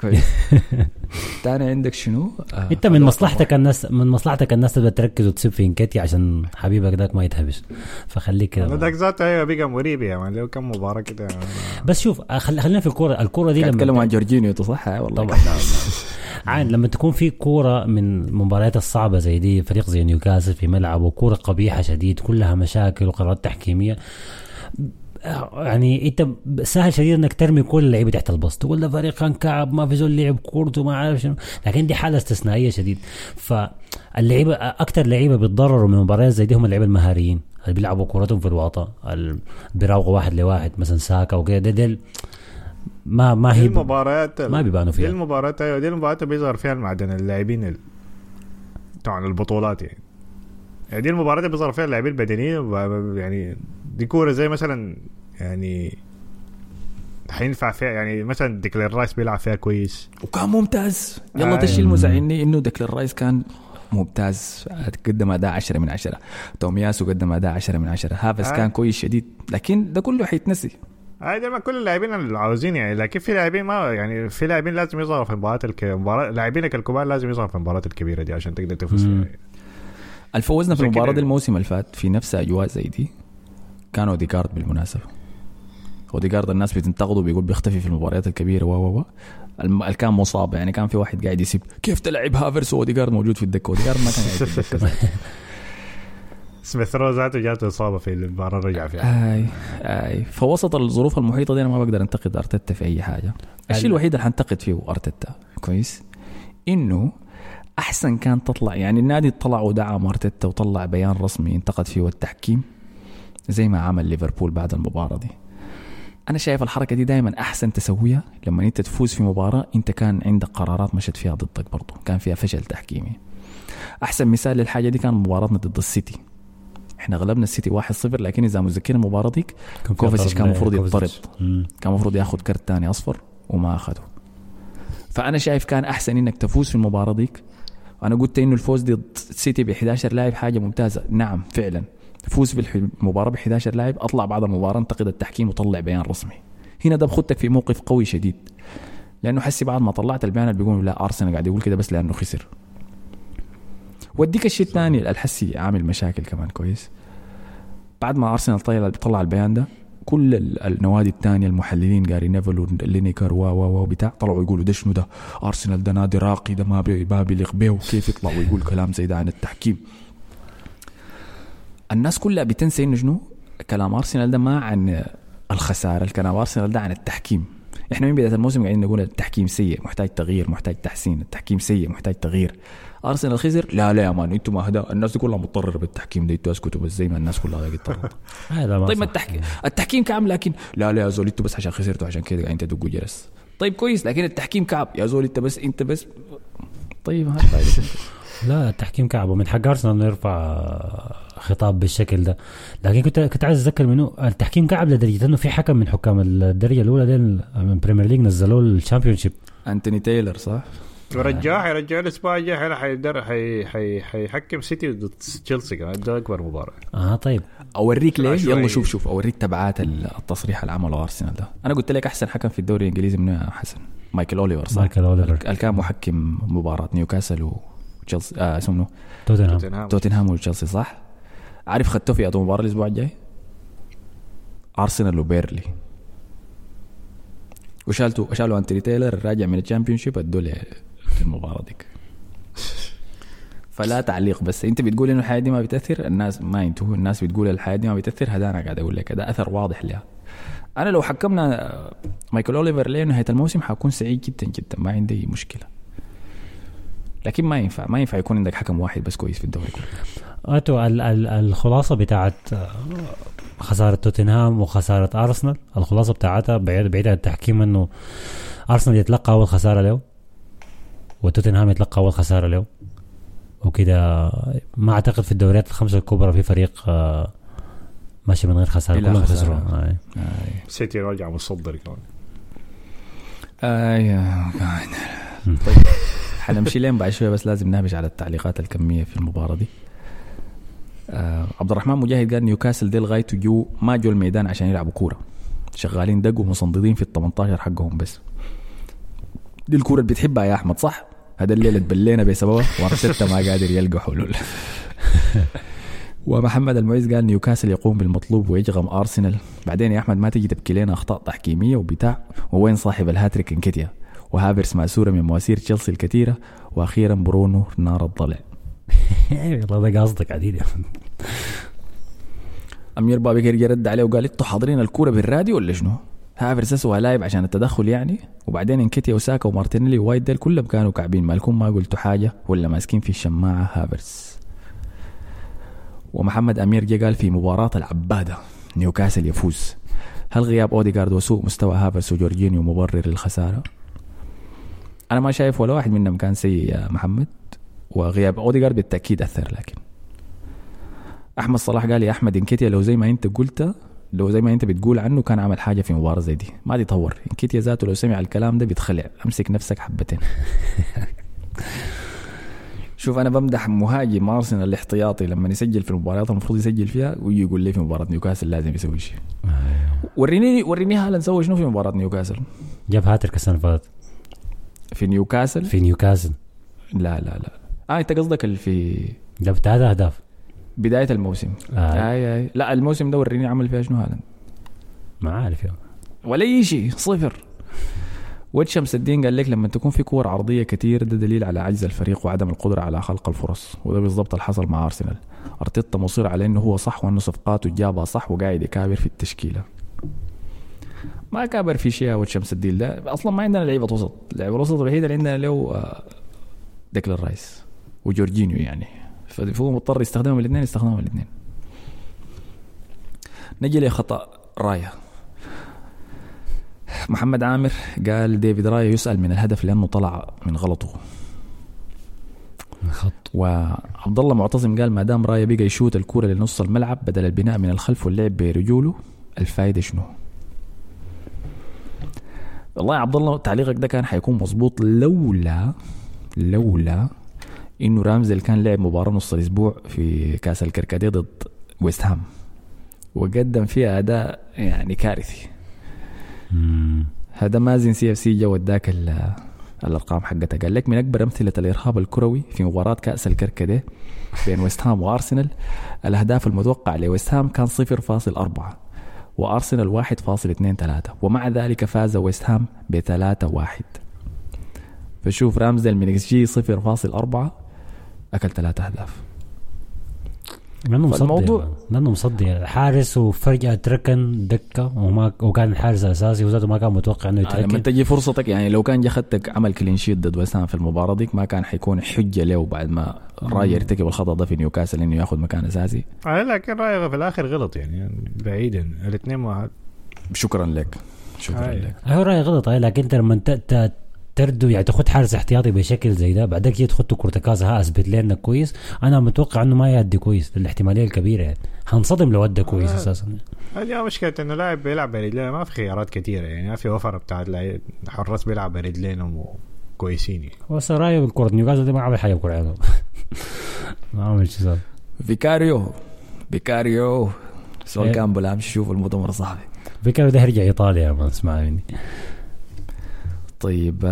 تاني عندك شنو انت من مصلحتك الناس تبقى تركز وتسيب في انكتي عشان حبيبك داك ما يتهبش فخليك كده. داك ذاته ايوه بقى مريب يا مان لو كم مباراه كده. بس شوف خلينا في الكوره دي لما نتكلم عن جورجينيو تصح والله طبعا عين لما تكون في كوره من مباريات الصعبه زي دي فريق زي نيوكاسل في ملعبه كوره قبيحه شديد كلها مشاكل وقرارات تحكيميه يعني انت سهل شديد انك ترمي كل اللعيبه تحت البسط تقول ده فريق كان كعب ما في زول لعب كورته ما عارف شنو. لكن دي حاله استثنائيه شديد. فاللعيبه اكتر لعيبه بيتضرروا من مباريات زي دي هم اللعيبه المهاريين اللي بيلعبوا كورتهم في الوسط بيراوغوا 1-1 مثلا ساكا وكده. ده ما هي المباريات ما بيبانوا فيها المباريات. ايوه دي المباريات بيظهر فيها المعدن اللاعبين طبعا البطولات يعني دي المباراة اللي بيظهر فيها اللاعبين البدنيين يعني دي كورة زي مثلا يعني حينفع فيها يعني مثلا ديكلان رايس بيلعب فيها كويس وكان ممتاز. يلا تشي المزعلني انه ديكلان رايس كان ممتاز قدم اداء 10 من 10. تومياسو قدم اداء 10 من 10. هافرز كان كويس شديد لكن ده كله حيتنسي. ده ما كل اللاعبين اللي عاوزين يعني. لكن في لاعبين ما يعني في لاعبين لازم يظهروا في المباريات لاعبينك الكبار لازم يظهروا في المباريات الكبيرة دي عشان تقدر تفوز فيها. الفوزنا في المباراة دي الموسم اللي فات في نفس أجواء زي دي كان اوديغارد بالمناسبة. اوديغارد الناس بتنتقده بيقول بيختفي في المباريات الكبيرة كان مصاب يعني كان في واحد قاعد يسيب كيف تلعب هافرس واوديغارد موجود في الدكة. اوديغارد ما كان قاعد في الدكة. سميث رو ذاته جاته إصابة في المباراة رجع فيها. أي فوسط الظروف المحيطة دي أنا ما بقدر أنتقد أرتيتا في أي حاجة. الشيء الوحيد اللي هنتقد فيه أرتيتا كويس إنه أحسن كان تطلع يعني النادي طلع ودعم أرتيتا وطلع بيان رسمي انتقد فيه التحكيم زي ما عمل ليفربول بعد المباراة دي. أنا شايف الحركة دي دائما أحسن تسويها لما أنت تفوز في مباراة أنت كان عندك قرارات مشت فيها ضدك برضو كان فيها فشل تحكيمي. أحسن مثال للحاجة دي كان مباراتنا ضد السيتي. إحنا غلبنا السيتي 1-0 لكن إذا مذكرين المباراة ديك كوفاسيش كان مفروض يضطرب كان مفروض يأخذ كرت تاني أصفر وما أخده. فأنا شايف كان أحسن إنك تفوز في المباراة ديك. أنا قلت إنه الفوز ضد السيتي ب11 لاعب حاجة ممتازة. نعم فعلا فوز في المباراة ب11 لاعب. أطلع بعد المباراة انتقد التحكيم وطلع بيان رسمي هنا ده بخدك في موقف قوي شديد، لانه حسي بعد ما طلعت البيان اللي بيقولوا لا ارسنال قاعد يقول كده بس لانه خسر. وديك الشيء الثاني الحسي عامل مشاكل كمان كويس. بعد ما ارسنال طلع البيان ده، كل النوادي الثانيه المحللين جاري نيفل ولينيكر و بتاع طلعوا يقولوا ده شنو ده، ارسنال ده نادي راقي، ده ما بيليق به، وكيف يطلع ويقول كلام زي ده عن التحكيم. الناس كلها بتنسى انه شنو كلام ارسنال ده ما عن الخساره، الكلام ارسنال ده عن التحكيم. احنا من بدايه الموسم قاعدين نقول التحكيم سيء محتاج تغيير محتاج تحسين، التحكيم سيء محتاج تغيير. ارسنال خسر، لا يا مان انتوا ما هدا الناس دي كلها مضطرره بالتحكيم ده، انتوا اسكتوا بس زي ما الناس كلها قاعده تطرد. طيب التحكيم كعب، لكن لا يا زول انتوا بس عشان خسرتوا عشان كده قاعدين تدقوا جرس. طيب كويس، لكن التحكيم كعب يا زول انت بس طيب هذا لا التحكيم كعب، ومن حق ارسنال انه يرفع خطاب بالشكل ده. لكن كنت عايز اتذكر منه التحكيم كعب لدرجه انه في حكم من حكام الدرجه الاولى دي من بريمير ليج نزلوه الشامبيونشيب، انتوني تايلر صح، ورجعه الاسبوع الجاي حيحكم سيتي ضد تشيلسي كمان، ده اكبر مباراه. طيب اوريك ليه، يلا شوف اوريك تبعات التصريح اللي عمله ارسنال ده. انا قلت لك احسن حكم في الدوري الانجليزي منه حسن مايكل اوليفر صح، مايكل اوليفر كان محكم مباراه نيوكاسل وتشيلسي اسمه توتنهام وتشيلسي صح. عارف خدته في مباراه الاسبوع الجاي ارسنال وبيرلي، وشالوا انتوني تايلر راجع من الشامبيونشيب ادوا المباراه ديك. فلا تعليق، بس انت بتقول انه الحياه دي ما بتاثر، الناس ما انتوا الناس بتقول الحياه دي ما بتاثر، هذا انا قاعد اقول لك ده اثر واضح لها. انا لو حكمنا مايكل اوليفر لنهايه الموسم حكون سعيد جدا جدا، ما عندي مشكله. لكن ما ينفع يكون عندك حكم واحد بس كويس في الدوري كله. الخلاصه بتاعت خساره توتنهام وخساره ارسنال، الخلاصه بتاعتها بعيد عن التحكيم انه ارسنال يتلقى اول خساره له وتوتنهام يتلقى اول خساره له، وكده ما اعتقد في الدوريات الخمسه الكبرى في فريق ماشي من غير خساره، كلهم خسروا. سيتي راجع مصدر كمان. طيب حنمشي لين بعد شويه، بس لازم نهبش على التعليقات الكميه في المباراه دي. عبد الرحمن مجاهد قال نيوكاسل دي لغايه ما جو الميدان عشان يلعبوا كوره، شغالين دقوا مصندين في ال18 حقهم بس. دي الكوره اللي بتحبها يا احمد صح؟ هذا الليله تبلينا بسببها وارتيتا ما قادر يلقى حلول. ومحمد المعيز قال نيوكاسل يقوم بالمطلوب ويجغم ارسنال. بعدين يا احمد ما تيجي تبكي لنا اخطاء تحكيميه وبتاع، ووين صاحب الهاتريك انكيتيا وهافرس مأسورة من مواسير تشيلسي الكثيرة، واخيرا برونو نار الضلع. والله ده قصدك عديد. امير بابكر جرد عليه وقال انتوا حاضرين الكوره بالراديو ولا شنو؟ هافرس اسوى لاعب عشان التدخل يعني، وبعدين انكيتيا وساكا ومارتينيلي ووايت ديل كلهم كانوا كعبين، مالكم ما قلتوا حاجه ولا ماسكين في الشماعه هافرس. ومحمد امير جا قال في مباراه العباده نيوكاسل يفوز، هل غياب اوديغارد وسوء مستوى هافرس وجورجينيو مبرر للخساره؟ انا ما شايف ولا واحد منهم كان سيء يا محمد، وغياب اوديغارد بالتاكيد اثر. لكن احمد صلاح قال يا احمد انكيتيا لو زي ما انت بتقول عنه كان عمل حاجه في مباراه زي دي، ما تطور. انكيتيا ذاته لو سمع الكلام ده بيتخلع، امسك نفسك حبتين. شوف انا بمدح مهاجم ارسنال الاحتياطي لما يسجل في المباريات المفروض يسجل فيها، ويجي يقول لي في مباراه نيوكاسل لازم يسوي شيء. وريني هالاند سوى شنو في مباراه نيوكاسل؟ جاب هاتريك السنه اللي فاتت في نيوكاسل. لا انت قصدك في جاب 3 اهداف بدايه الموسم. اي لا الموسم ده وريني عمل فيها شنو هالاند، ما عارف ولا اي شيء، صفر. وشمس الدين قال لك لما تكون في كور عرضيه كتير ده دليل على عجز الفريق وعدم القدره على خلق الفرص، وده بالضبط اللي حصل مع ارسنال. ارتيتا مصر على انه هو صح وانه صفقاته جابها صح وقاعد يكابر في التشكيله. ما كابر في شيء. وشمس الدين ده اصلا ما عندنا لعيبه وسط، لعيبه الوسط الوحيده اللي عندنا له ديكلان رايس وجورجينيو يعني، فهو مضطر يستخدمهم الاثنين. نجي لخطأ رايا. محمد عامر قال ديفيد رايا يسأل من الهدف لأنه طلع من غلطه. وعبد الله معتصم قال ما دام رايا بقى يشوت الكرة لنص الملعب بدل البناء من الخلف واللعب برجوله، الفائدة شنو؟ والله يا عبد الله تعليقك ده كان حيكون مظبوط لولا انه رامزل كان لعب مباراة نص الاسبوع في كاس الكركديه ضد ويست هام وقدم فيها اداء يعني كارثي. هذا مازن سي اف سي جو وداك الارقام حقتها. قال لك من اكبر امثله الارهاب الكروي في مباراه كاس الكركديه بين ويست هام وارسنال، الاهداف المتوقع لويست هام كان 0.4 وارسنال 1.23 ومع ذلك فاز ويست هام ب3-1. فشوف رامزديل من اكس جي 0.4 اكل 3 اهداف. لانه مصدي حارس وفجأة تركن دكة وكان الحارس الاساسي وذاته ما كان متوقع انه يتركن. لما تجي فرصتك يعني لو كان جاخدتك عمل كلين شيت ضد ويست هام في المباراة ديك ما كان حيكون حجة له بعد ما راي يرتكب الخطأ ده في نيوكاسل انه ياخذ مكان اساسي. لكن رايه في الاخر غلط يعني بعيدا الاثنين واحد. شكرا لك لك. هو راي غلط لكن انت لما تردو يعني تاخد حارس احتياطي بشكل زي ده بعدك جيت تاخد كرة كاسة اثبت لي انك كويس. انا متوقع انه ما يأدي كويس، الاحتماليه الكبيره يعني هنصدم لو ادى كويس اساسا. اليوم مشكله انه لاعب بيلعب برجلين ما في خيارات كثيره يعني ما في وفره بتاعت حراس بيلعب برجلينهم كويسين. هو رايه بالكرة نيوكاسل دي ما عمل حاجه بكره ما عمل شيء. فيكاريو سول كامبل امشي شوف المؤتمر الصحفي. فيكاريو ده هرجع ايطاليا ما اسمع مني. طيب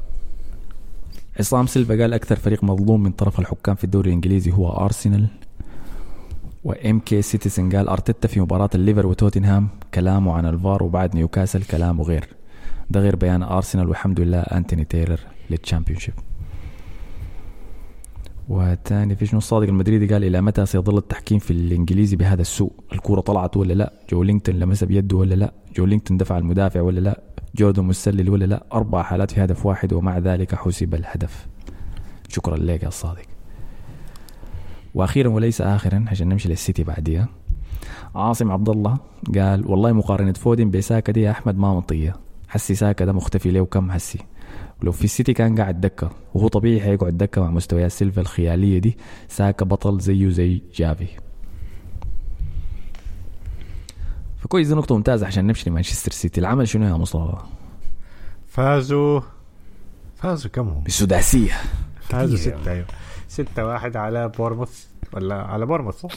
عصام سيلفا قال أكثر فريق مظلوم من طرف الحكام في الدوري الإنجليزي هو أرسنال. وإم كي سيتيزن قال أرتيتا في مباراة الليفر وتوتنهام كلامه عن الفار وبعد نيوكاسل كلامه غير. ده غير بيان أرسنال والحمد لله أنتوني تايلر للتشامبيونشيب. وتاني في شنو الصادق المدريدي قال إلى متى سيظل التحكيم في الإنجليزي بهذا السوء؟ الكرة طلعت ولا لا؟ جولينغتون لمسها بيده ولا لا؟ جولينغتون دفع المدافع ولا لا؟ جوردن مسلل ولا لا؟ 4 حالات في هدف واحد ومع ذلك حسب الهدف. شكرا لك يا الصادق. واخيرا وليس اخرا عشان نمشي للسيتي بعديها، عاصم عبد الله قال والله مقارنه فودن بساكا دي يا احمد ما منطقيه. حسي ساكا ده مختفي له وكم حسي، ولو في السيتي كان قاعد دكه وهو طبيعي حيقعد دكه مع مستويات سيلفا الخياليه دي. ساكا بطل زيه زي جافي. فكويس دي نقطة ممتازة عشان نمشي لمانشستر سيتي. العمل شنو يا مصطفى؟ فازوا كم هم؟ بالسداسية. فازوا 6-1 على بورموث ولا على بورموث صح؟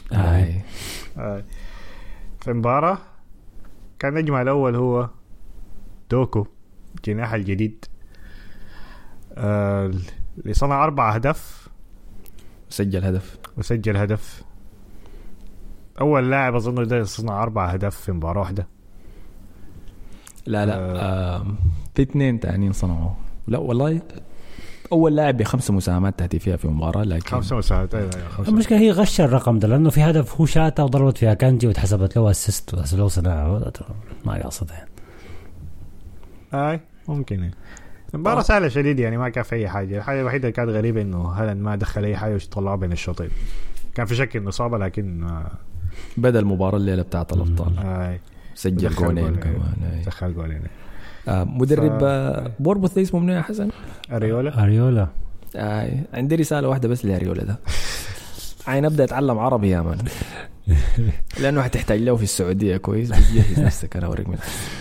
في مباراة كان نجم الأول هو دوكو جناح الجديد اللي صنع 4 أهداف وسجل هدف. أول لاعب أظن ده صنع 4 أهداف في مباراة واحدة. لا في 2 تانيين صنعوا. لا والله أول لاعب ب5 مساهمات تهديفية في مباراة لكن 5 مساهمات. المشكلة هي غش الرقم ده لأنه في هدف هو شاته وضربت فيها كانجي وتحسبت له أسيست وحسب له صناعة ما يقصد يعني. ممكن مباراة سهلة شديد يعني ما كان في أي حاجة. الحاجة الوحيدة كانت غريبة إنه هالاند ما دخل أي حاجة وطلعوا بين الشوطين. كان في شك إنه صعبة لكن بدأ المباراة الليلة بتاعت الأبطال سجل جولين كمان. دخل جولين. مدرب بورموث اسمه منو يا حسن؟ أريولا. عندي رسالة واحدة بس لأريولا ده. عين أبدأ أتعلم عربي يا مان لأنه هتحتاج له في السعودية كويس. بيجهز نفسك. أنا أوريك من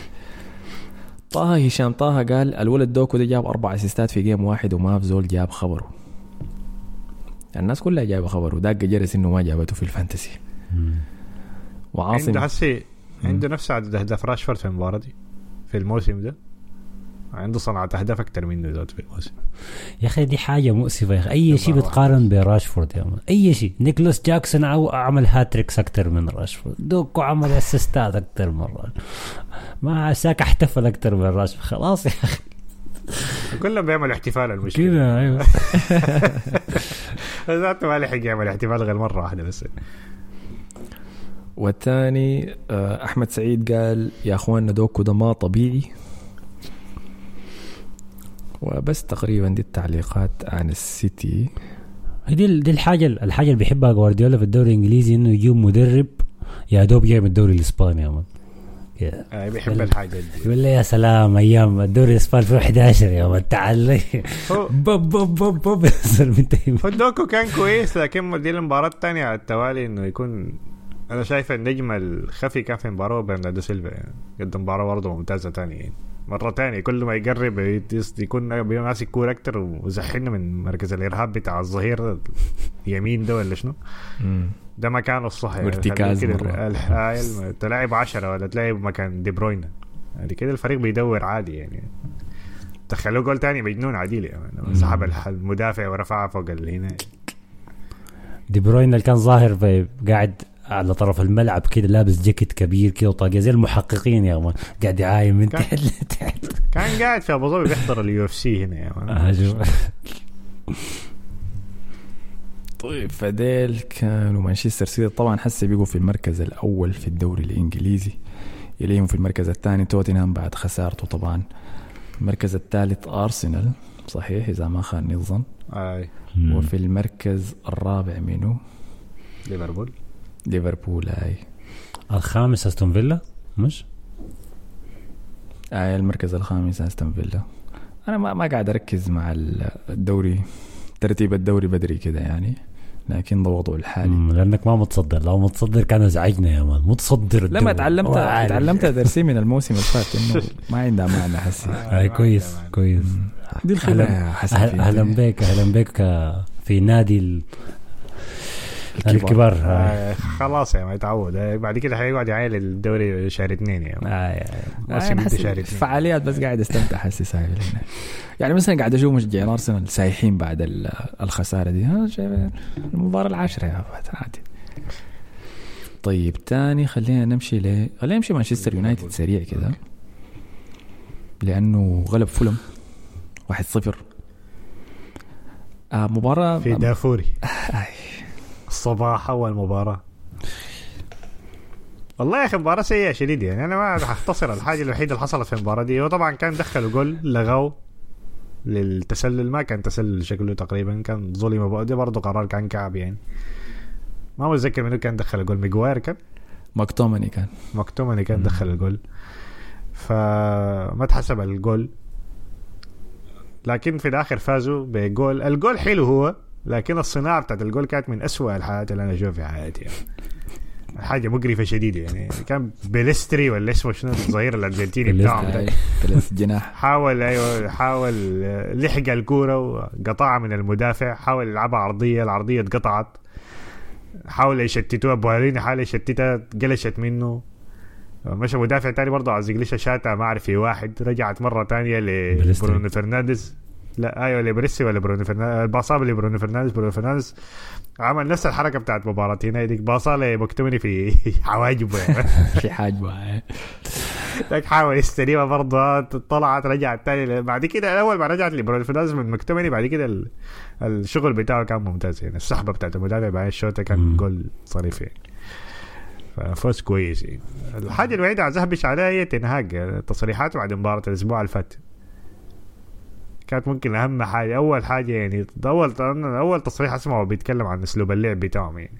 طه هشام. طه قال الولد دوكو ده جاب 4 أسيستات في جيم واحد وما في زول جاب خبره. الناس كلها جايبه خبره وداق جرس إنه ما جابته في الفانتسي. وعاصم عنده نفس عدد أهداف راشفورد في المباراة دي في الموسم ده. عنده صنعة أهداف أكتر منه ذات في الموسم. يا أخي دي حاجة مؤسفة يا أخي. أي شيء بتقارن براشفورد يا مان. أي شيء. نيكولاس جاكسون عمل هاتريكس أكتر من راشفورد. دوكو عمل أسيستات أكتر من راشفورد. ما ساكا احتفل أكتر من راشفورد. خلاص يا أخي كلهم بيعمل احتفال المشكلة كده. أيوة ذاته ما لحق يعمل احتفال غير مرة واحدة بس. والثاني أحمد سعيد قال يا أخواننا دوكو ده ما طبيعي. وبس تقريبا دي التعليقات عن السيتي. دي الحاجة اللي بيحبها جوارديولا في الدوري الإنجليزي إنه يجيب مدرب يا دوب جاي من الدوري الإسباني يا مان. بيحب الحاجة دي. يقول لي يا سلام أيام الدوري الإسباني في 11 يا مان تعال بب دوكو كان كويس لكن دي المباراة الثانية على التوالي إنه يكون. أنا شايف النجم الخفي كان في مباراة برناردو سيلفا يعني. قدم مباراة برضه ممتازة تانية يعني. مرة تانية كل ما يقرب يكون ماسك كورة أكتر وزحنا من مركز الإرهاب بتاع الظهير يمين ده ولا شنو. ده مكانه الصح يعني. ارتكاز تلاعب 10 ولا تلاعب مكان دي بروين يعني كده الفريق بيدور عادي يعني. دخلوا جول تاني مجنون عديل يعني. سحب المدافع ورفعها فوق هنا. دي بروين اللي كان ظاهر قاعد على طرف الملعب كده لابس جاكيت كبير كده وطاقة زي المحققين يا مان، قاعد يعايم من تحت لتحت. كان قاعد في ابو ظبي بيحضر اليو اف سي هنا يا مان. طيب فديل كانوا مانشستر سيتي طبعا حسي بيقوا في المركز الأول في الدوري الإنجليزي، يليهم في المركز الثاني توتنهام بعد خسارته طبعا. المركز الثالث أرسنال صحيح إذا ما خانني الظن. وفي المركز الرابع منه ليفربول. الخامس أستون فيلا مش المركز الخامس أستون فيلا. أنا ما قاعد أركز مع الدوري، ترتيب الدوري بدري كده يعني، لكن ضوضوا الحالي لأنك ما متصدر. لو متصدر كان ازعجنا يا مان. متصدر لما تعلمت درسي من الموسم الفات إنه ما عندها معنى حسي. كويس دي الخبرة حسي. أهلا بك في نادي الكبار. خلاص يا ما يتعود. بعد كده حيقعد يعايل الدوري شهر 2 يعني. فعاليات بس قاعد استمتع حسي سايل هنا. يعني مثلا قاعد اشوف مشجعين ارسنال سايحين بعد الخساره دي. المباراه 10 يا فهد عادي. طيب تاني خلينا نمشي مانشستر يونايتد سريع كده، لانه غلب فولم 1-0. مباراه في دافوري الصباح اول مباراه. والله يا اخي مباراه سيئه شديد يعني. انا ما هختصر الحاجه الوحيده اللي حصلت في المباراه دي، وطبعا كان دخلوا جول لغوا للتسلل، ما كان تسلل شكله تقريبا، كان ظلم دي برضه قرار كان كعب يعني. ما متذكر منو كان دخل الجول. ميغواير كان مكتومني كان دخل الجول، فما تحسب الجول. لكن في الاخر فازوا بجول. الجول حلو هو، لكن الصناعه بتاعت الجول كانت من أسوأ الحاجات اللي انا اشوفها في حياتي يعني. حاجه مقرفه شديده يعني. كان بيلستري ولا اسمه شنو الظهير الارجنتيني بتاعه جناح حاول لحق الكوره وقطعها من المدافع، حاول يلعبها عرضيه، العرضيه اتقطعت، حاول يشتتوها بوالين، حاول يشتتها قلشت منه، مشى مدافع تاني برضه عايز يقلشها شاتها ما اعرف في واحد، رجعت مره تانية لبرونو فرنانديز. لا ايوه لبريسي ولا برونو فرنانديز، الباصه لبرونو فرنانديز عمل نفس الحركه بتاعت مباراه هنا ديك، باصه لمكتومني في حواجبه في حاجبه لك، حاول يستلمها برضه طلعت رجعت تاني. بعد كده اول ما رجعت لبرونو فرنانديز من مكتومني بعد كده الشغل بتاعه كان ممتاز يعني. السحبه بتاعت المدافع بعد الشوطه كان جول صريف يعني، فوز كويس يعني. الحاجه الوحيده عايز اهبش عليها هي تنهاج تصريحاته بعد مباراه الاسبوع اللي فات، كانت ممكن اهم حاجه. اول حاجه يعني اول تصريح اسمعه بيتكلم عن اسلوب اللعب بتاعهم يعني.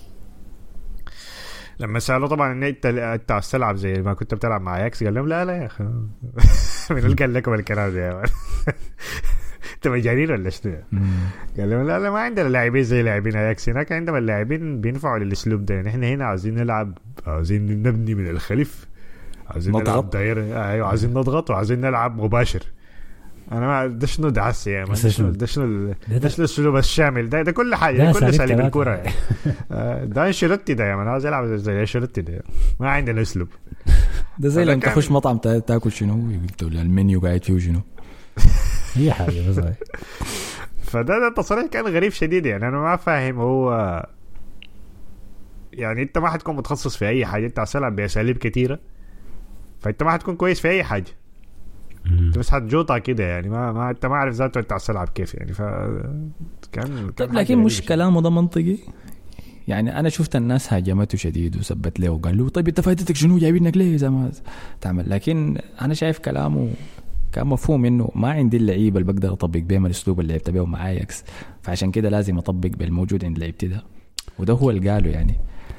لما سالوه طبعا ان انت عايز تلعب زي ما كنت بتلعب مع اياكس، قال لهم لا يا اخي من اللي قال لكم الكلام ده انت مجانين ولا شنو؟ قال لهم لا ما عندنا لاعبين زي لاعبين اياكس، هناك عندما اللاعبين بينفعوا للاسلوب ده. نحن هنا عايزين نلعب، عايزين نبني من الخلف، عايزين نلعب دايره، ايوه عايزين نضغط وعايزين نلعب مباشر. انا ما ده شنو دعس يا مان، ده شنو الاسلوب الشامل ده كل حاجه، ده كل اساليب الكوره يعني. ده انشيلوتي ده يا مان، عايز يلعب زي انشيلوتي ده، ما عندنا اسلوب. ده زي لما تخش مطعم تاكل شنو يكتب المنيو قاعد فيه شنو هي حاجه بس. فده التصريح كان غريب شديد يعني. انا ما فاهم هو يعني انت ما حتكون متخصص في اي حاجه، انت هتلعب باساليب كتيره، فانت ما حتكون كويس في اي حاجه، انت بس هتجوطها كده يعني. ما انت ما عارف ذاته انت هتلعب كيف يعني. كان طيب لكن مش كلامه ده منطقي يعني. انا شفت الناس هاجمته شديد وسبت له وقال له طيب انت فايدتك شنو جايبينك ليه زي ما تعمل. لكن انا شايف كلامه كان مفهوم انه ما عندي اللعيبه اللي بقدر اطبق بهم الاسلوب اللي لعبت بيه مع اياكس، فعشان كده لازم اطبق بالموجود عند لعيبتي ده، وده هو اللي قاله يعني.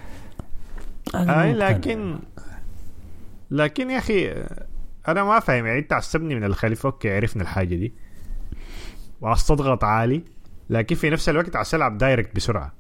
لكن يا اخي انا ما فاهم يعني. انت عصبني من الخلف، اوكي عرفنا الحاجه دي، واستضغط عالي، لكن في نفس الوقت عايز العب دايركت بسرعه.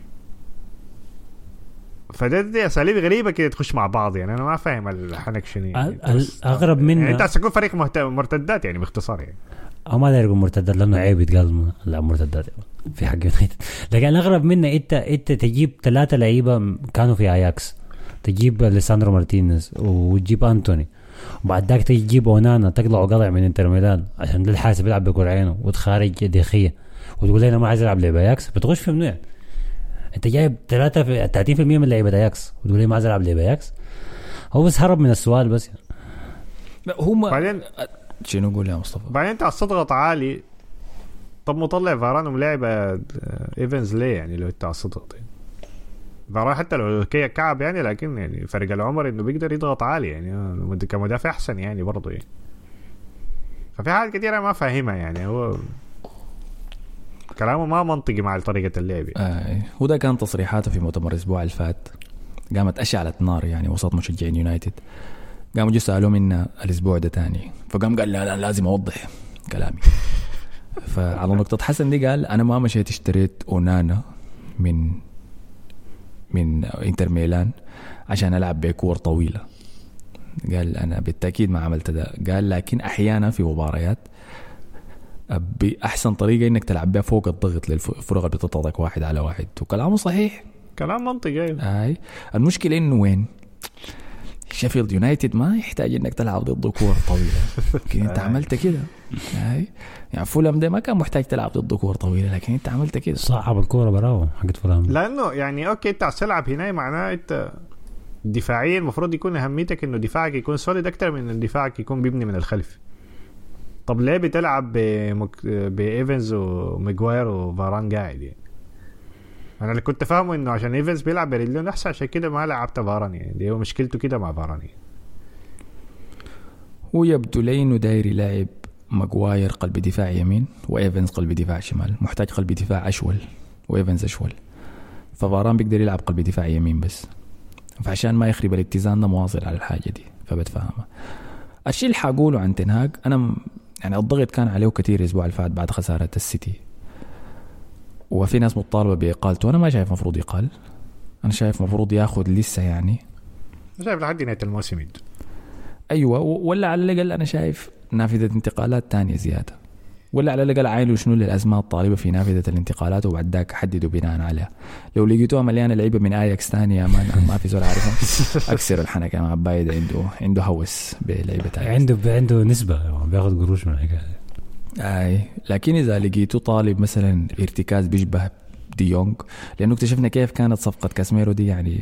فده اساليب غريبه كده تخش مع بعض يعني. انا ما فاهم الحنك شنو يعني. اغرب منه يعني انت تكون فريق مرتدات يعني باختصار يعني. او ما داير مرتدات لانه عيب يتقال لا مرتدات في حق يونايتد. لكن اغرب منه انت تجيب 3 لعيبه كانوا في اياكس، تجيب ليساندرو مارتينيز وتجيب انتوني وبعد ذاك تيجي تجيب اونانا تقلعه قلع من انتر ميلان عشان ده الحاسب يلعب بكل عينه وتخارج دخيه وتقول لي انا ما عايز العب لعب اياكس بتغش في منو؟ انت جايب 30% من لعيبه اياكس وتقول لي ما عايز العب لعب اياكس. هو بس هرب من السؤال بس يعني. هم بعدين شنو نقول يا مصطفى؟ بعدين انت الصدغة عالي. طب مطلع فاران وملاعب ايفنز ليه يعني لو انت الصدغة فاران حتى لو كعب يعني لكن يعني فرق العمر انه بيقدر يضغط عالي يعني كمدافع احسن يعني برضه يعني. ففي حاجات كتيرة ما فاهمها يعني هو كلامه ما منطقي مع طريقة اللعب. وده كان تصريحاته في مؤتمر الاسبوع الفات قامت أشعلت نار يعني وسط مشجعين يونايتد. قاموا جو سألوا منا الأسبوع ده تاني فقام قال لا لازم أوضح كلامي. فعلى نقطة حسن دي قال أنا ما مشيت اشتريت أونانا من إنتر ميلان عشان ألعب بكور طويلة. قال أنا بالتأكيد ما عملت ده. قال لكن أحيانا في مباريات بأحسن طريقة إنك تلعب بها فوق الضغط للفرق اللي بتضغطك 1 على 1 وكلامه صحيح كلام منطقي. المشكلة إنه وين شيفيلد يونايتد ما يحتاج إنك تلعب ضد كور طويلة لكن أنت عملت كده. يعني فولام ده ما كان محتاج تلعب ضد كور طويلة لكن أنت عملت كده صعب الكورة براو حقت فولام لأنه يعني أوكي أنت تلعب هنا معناه أنت دفاعيا المفروض يكون أهميتك إنه دفاعك يكون سوليد أكتر من إن دفاعك يكون بيبني من الخلف. طب ليه بتلعب بإيفنز وميغواير وفاران قاعد يعني؟ أنا اللي كنت فاهمه إنه عشان إيفنز بيلعب بريليون أحسن عشان كده ما لعبت فاران يعني دي هو مشكلته كده مع فاران يعني. هو يبدو لي إنه داير يلعب ماغواير قلب دفاع يمين وإيفنز قلب دفاع شمال محتاج قلب دفاع أشول وإيفنز أشول ففاران بيقدر يلعب قلب دفاع يمين بس فعشان ما يخرب الاتزان ده مواصل على الحاجة دي فبتفهمها. الشيء اللي حقوله عن تنهاج أنا يعني الضغط كان عليه كتير الأسبوع الفات بعد خسارة السيتي وفي ناس مطالبة بإقالته. أنا ما شايف مفروض يقال أنا شايف مفروض ياخد لسه يعني شايف لحد نهاية الموسم أيوة ولا على الأقل أنا شايف نافذة انتقالات تانية زيادة ولا على الأقل عاينوا شنو الأزمات الطالبة في نافذة الانتقالات وبعد ذاك حددوا بناء عليها. لو لقيتوها مليانة لعيبة من آياكس تانية ما في زول عارفهم أكسر الحنكة مع بايد عنده هوس بلعيبة عنده نسبة بياخد قروش من الحكاية. لكن إذا لقيتوا طالب مثلا ارتكاز بيشبه ديونج لأنه اكتشفنا كيف كانت صفقة كاسميرو دي يعني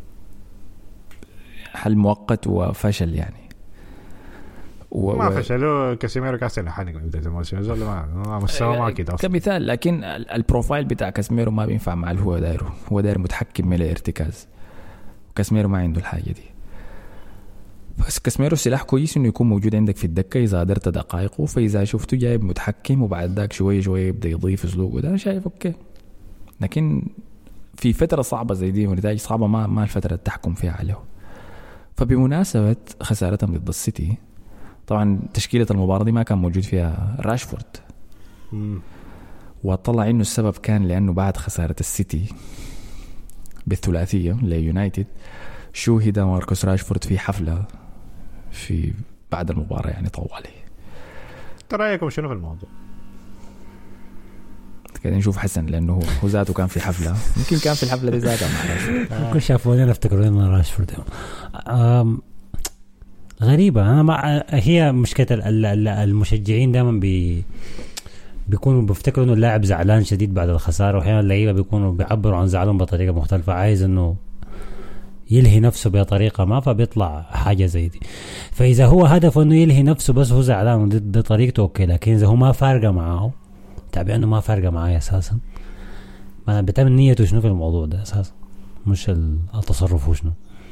حل مؤقت وفشل يعني ما فشلوا كاسيميرو كاسين حنك من بداية الموسم زول ما مستوى ما كده كمثال. لكن البروفايل بتاع كاسميرو ما بينفع مع اللي هو داير متحكم من الارتكاز وكاسميرو ما عنده الحاجة دي. بس كاسميرو سلاح كويس انه يكون موجود عندك في الدكة اذا قدرت دقائقه فاذا شفته جايب متحكم وبعد ذاك شوية يبدأ يضيف اسلوبه ده شايف اوكي. لكن في فترة صعبة زي دي ونتائج صعبة ما الفترة تحكم فيها عليه. فبمناسبة خسارتهم ضد السيتي طبعا تشكيلة المباراة دي ما كان موجود فيها راشفورد وطلع انه السبب كان لانه بعد خسارة السيتي بالثلاثية ليونايتد شوهد ماركوس راشفورد في حفلة في بعد المباراة يعني طوالي. رأيكم شنو في الموضوع؟ كده نشوف حسن لانه هو ذاته كان في حفلة يمكن كان في الحفلة دي ذاتها مع راشفورد كل شافوني افتكروا ان راشفورد غريبة. أنا ما هي مشكلة المشجعين دائما بيكونوا بيفتكروا إنه اللاعب زعلان شديد بعد الخسارة وأحيانا اللعيبة بيكونوا بيعبروا عن زعلهم بطريقة مختلفة عايز إنه يلهي نفسه بطريقة ما فبيطلع حاجة زي دي. فإذا هو هدفه إنه يلهي نفسه بس هو زعلان ضد طريقته أوكي لكن إذا هو ما فارقة معه تابع إنه ما فارقة معاه أساسا ما بتعمل نيته شنو في الموضوع ده أساسا مش التصرف هو شنو.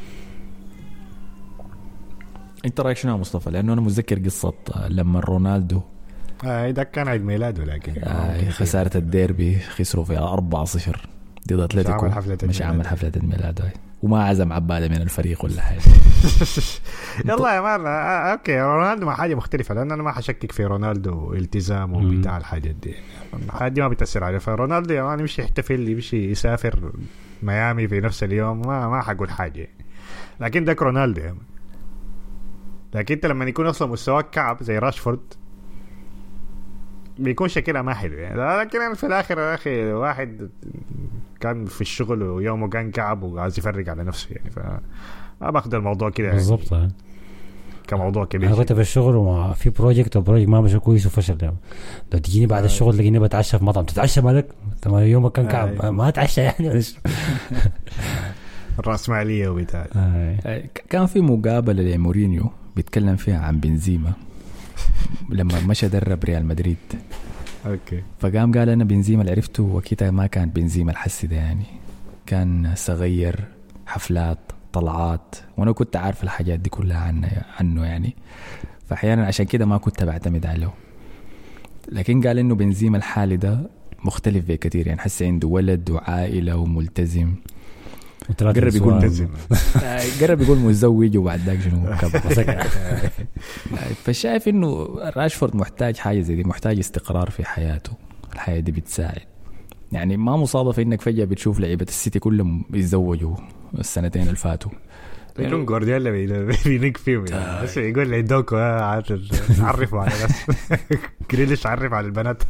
انت رايك شنو يا مصطفى؟ لانه انا متذكر قصه لما رونالدو ده كان عيد ميلاده لكن خساره الديربي خسروا فيها 4-0 ضد اتلتيكو مش عمل حفله الميلاد وما عزم عباده من الفريق ولا حاجه. يلا يا مان اوكي رونالدو ما حاجه مختلفه لان انا ما حشكك في رونالدو التزامه بتاع الحاجات دي الحاجه ما بتاثر عليه. فرونالدو يا مان يمشي يحتفل يمشي يسافر ميامي في نفس اليوم ما حقول حاجه لكن ده رونالدو يا مان. لكن انت لما يكون اصلا مستواك كعب زي راشفورد بيكون شكلها ما حلو يعني. لكن في الاخر يا اخي واحد كان في الشغل ويومه كان كعب وعايز يفرق على نفسه يعني فما باخذ الموضوع كده يعني. بالضبط كموضوع كبير. انا كنت في الشغل وما في بروجكت ما مشى كويس وفشل يعني. لو تجيني بعد الشغل تلاقيني بتعشى في مطعم. تتعشى مالك تمام يومك كان كعب ما اتعشى يعني. الرأسمالية وبتاع. كان في مقابلة لمورينيو بيتكلم فيها عن بنزيما لما مشى درب ريال مدريد. اوكي. فقام قال انا بنزيما اللي عرفته وكيتا ما كان بنزيما الحسي ده يعني. كان صغير حفلات طلعات وانا كنت عارف الحاجات دي كلها عنه يعني. فاحيانا عشان كده ما كنت بعتمد عليه. لكن قال انه بنزيما الحالي ده مختلف بكثير يعني. حس عنده ولد وعائله وملتزم. قرب يقول ملتزم. قرب يقول متزوج وبعد ذاك شنو كبر. فشايف انه راشفورد محتاج حاجه زي دي. محتاج استقرار في حياته. الحياه دي بتساعد يعني. ما مصادفه انك فجاه بتشوف لعيبه السيتي كلهم يتزوجوا السنتين اللي فاتوا. يكون جوارديولا بينك فيهم يعني. بس يقول لي دوكو عرفوا على بس جريليش عرف على البنات.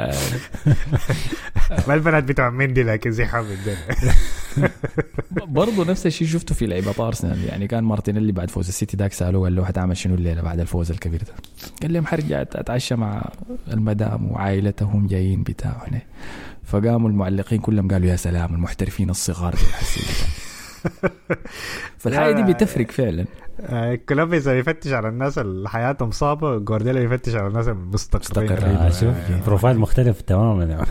ما البنات بتوع مندي لكن زي حامد الدنيا. برضو نفس الشيء شفته في لعيبه أرسنال يعني. كان مارتينيلي بعد فوز السيتي داك سألوه قال له هتعمل شنو الليله بعد الفوز الكبير ده. قال لهم حرجع اتعشى مع المدام وعائلتهم جايين بتاعه هنا. فقاموا المعلقين كلهم قالوا يا سلام المحترفين الصغار دي الحسين. فالحاجة دي بتفرق فعلا. كلوب يفتش على الناس اللي حياتهم صعبة. جوارديولا يفتش على الناس المستقرين. شوف بروفايل مختلف تماما يعني.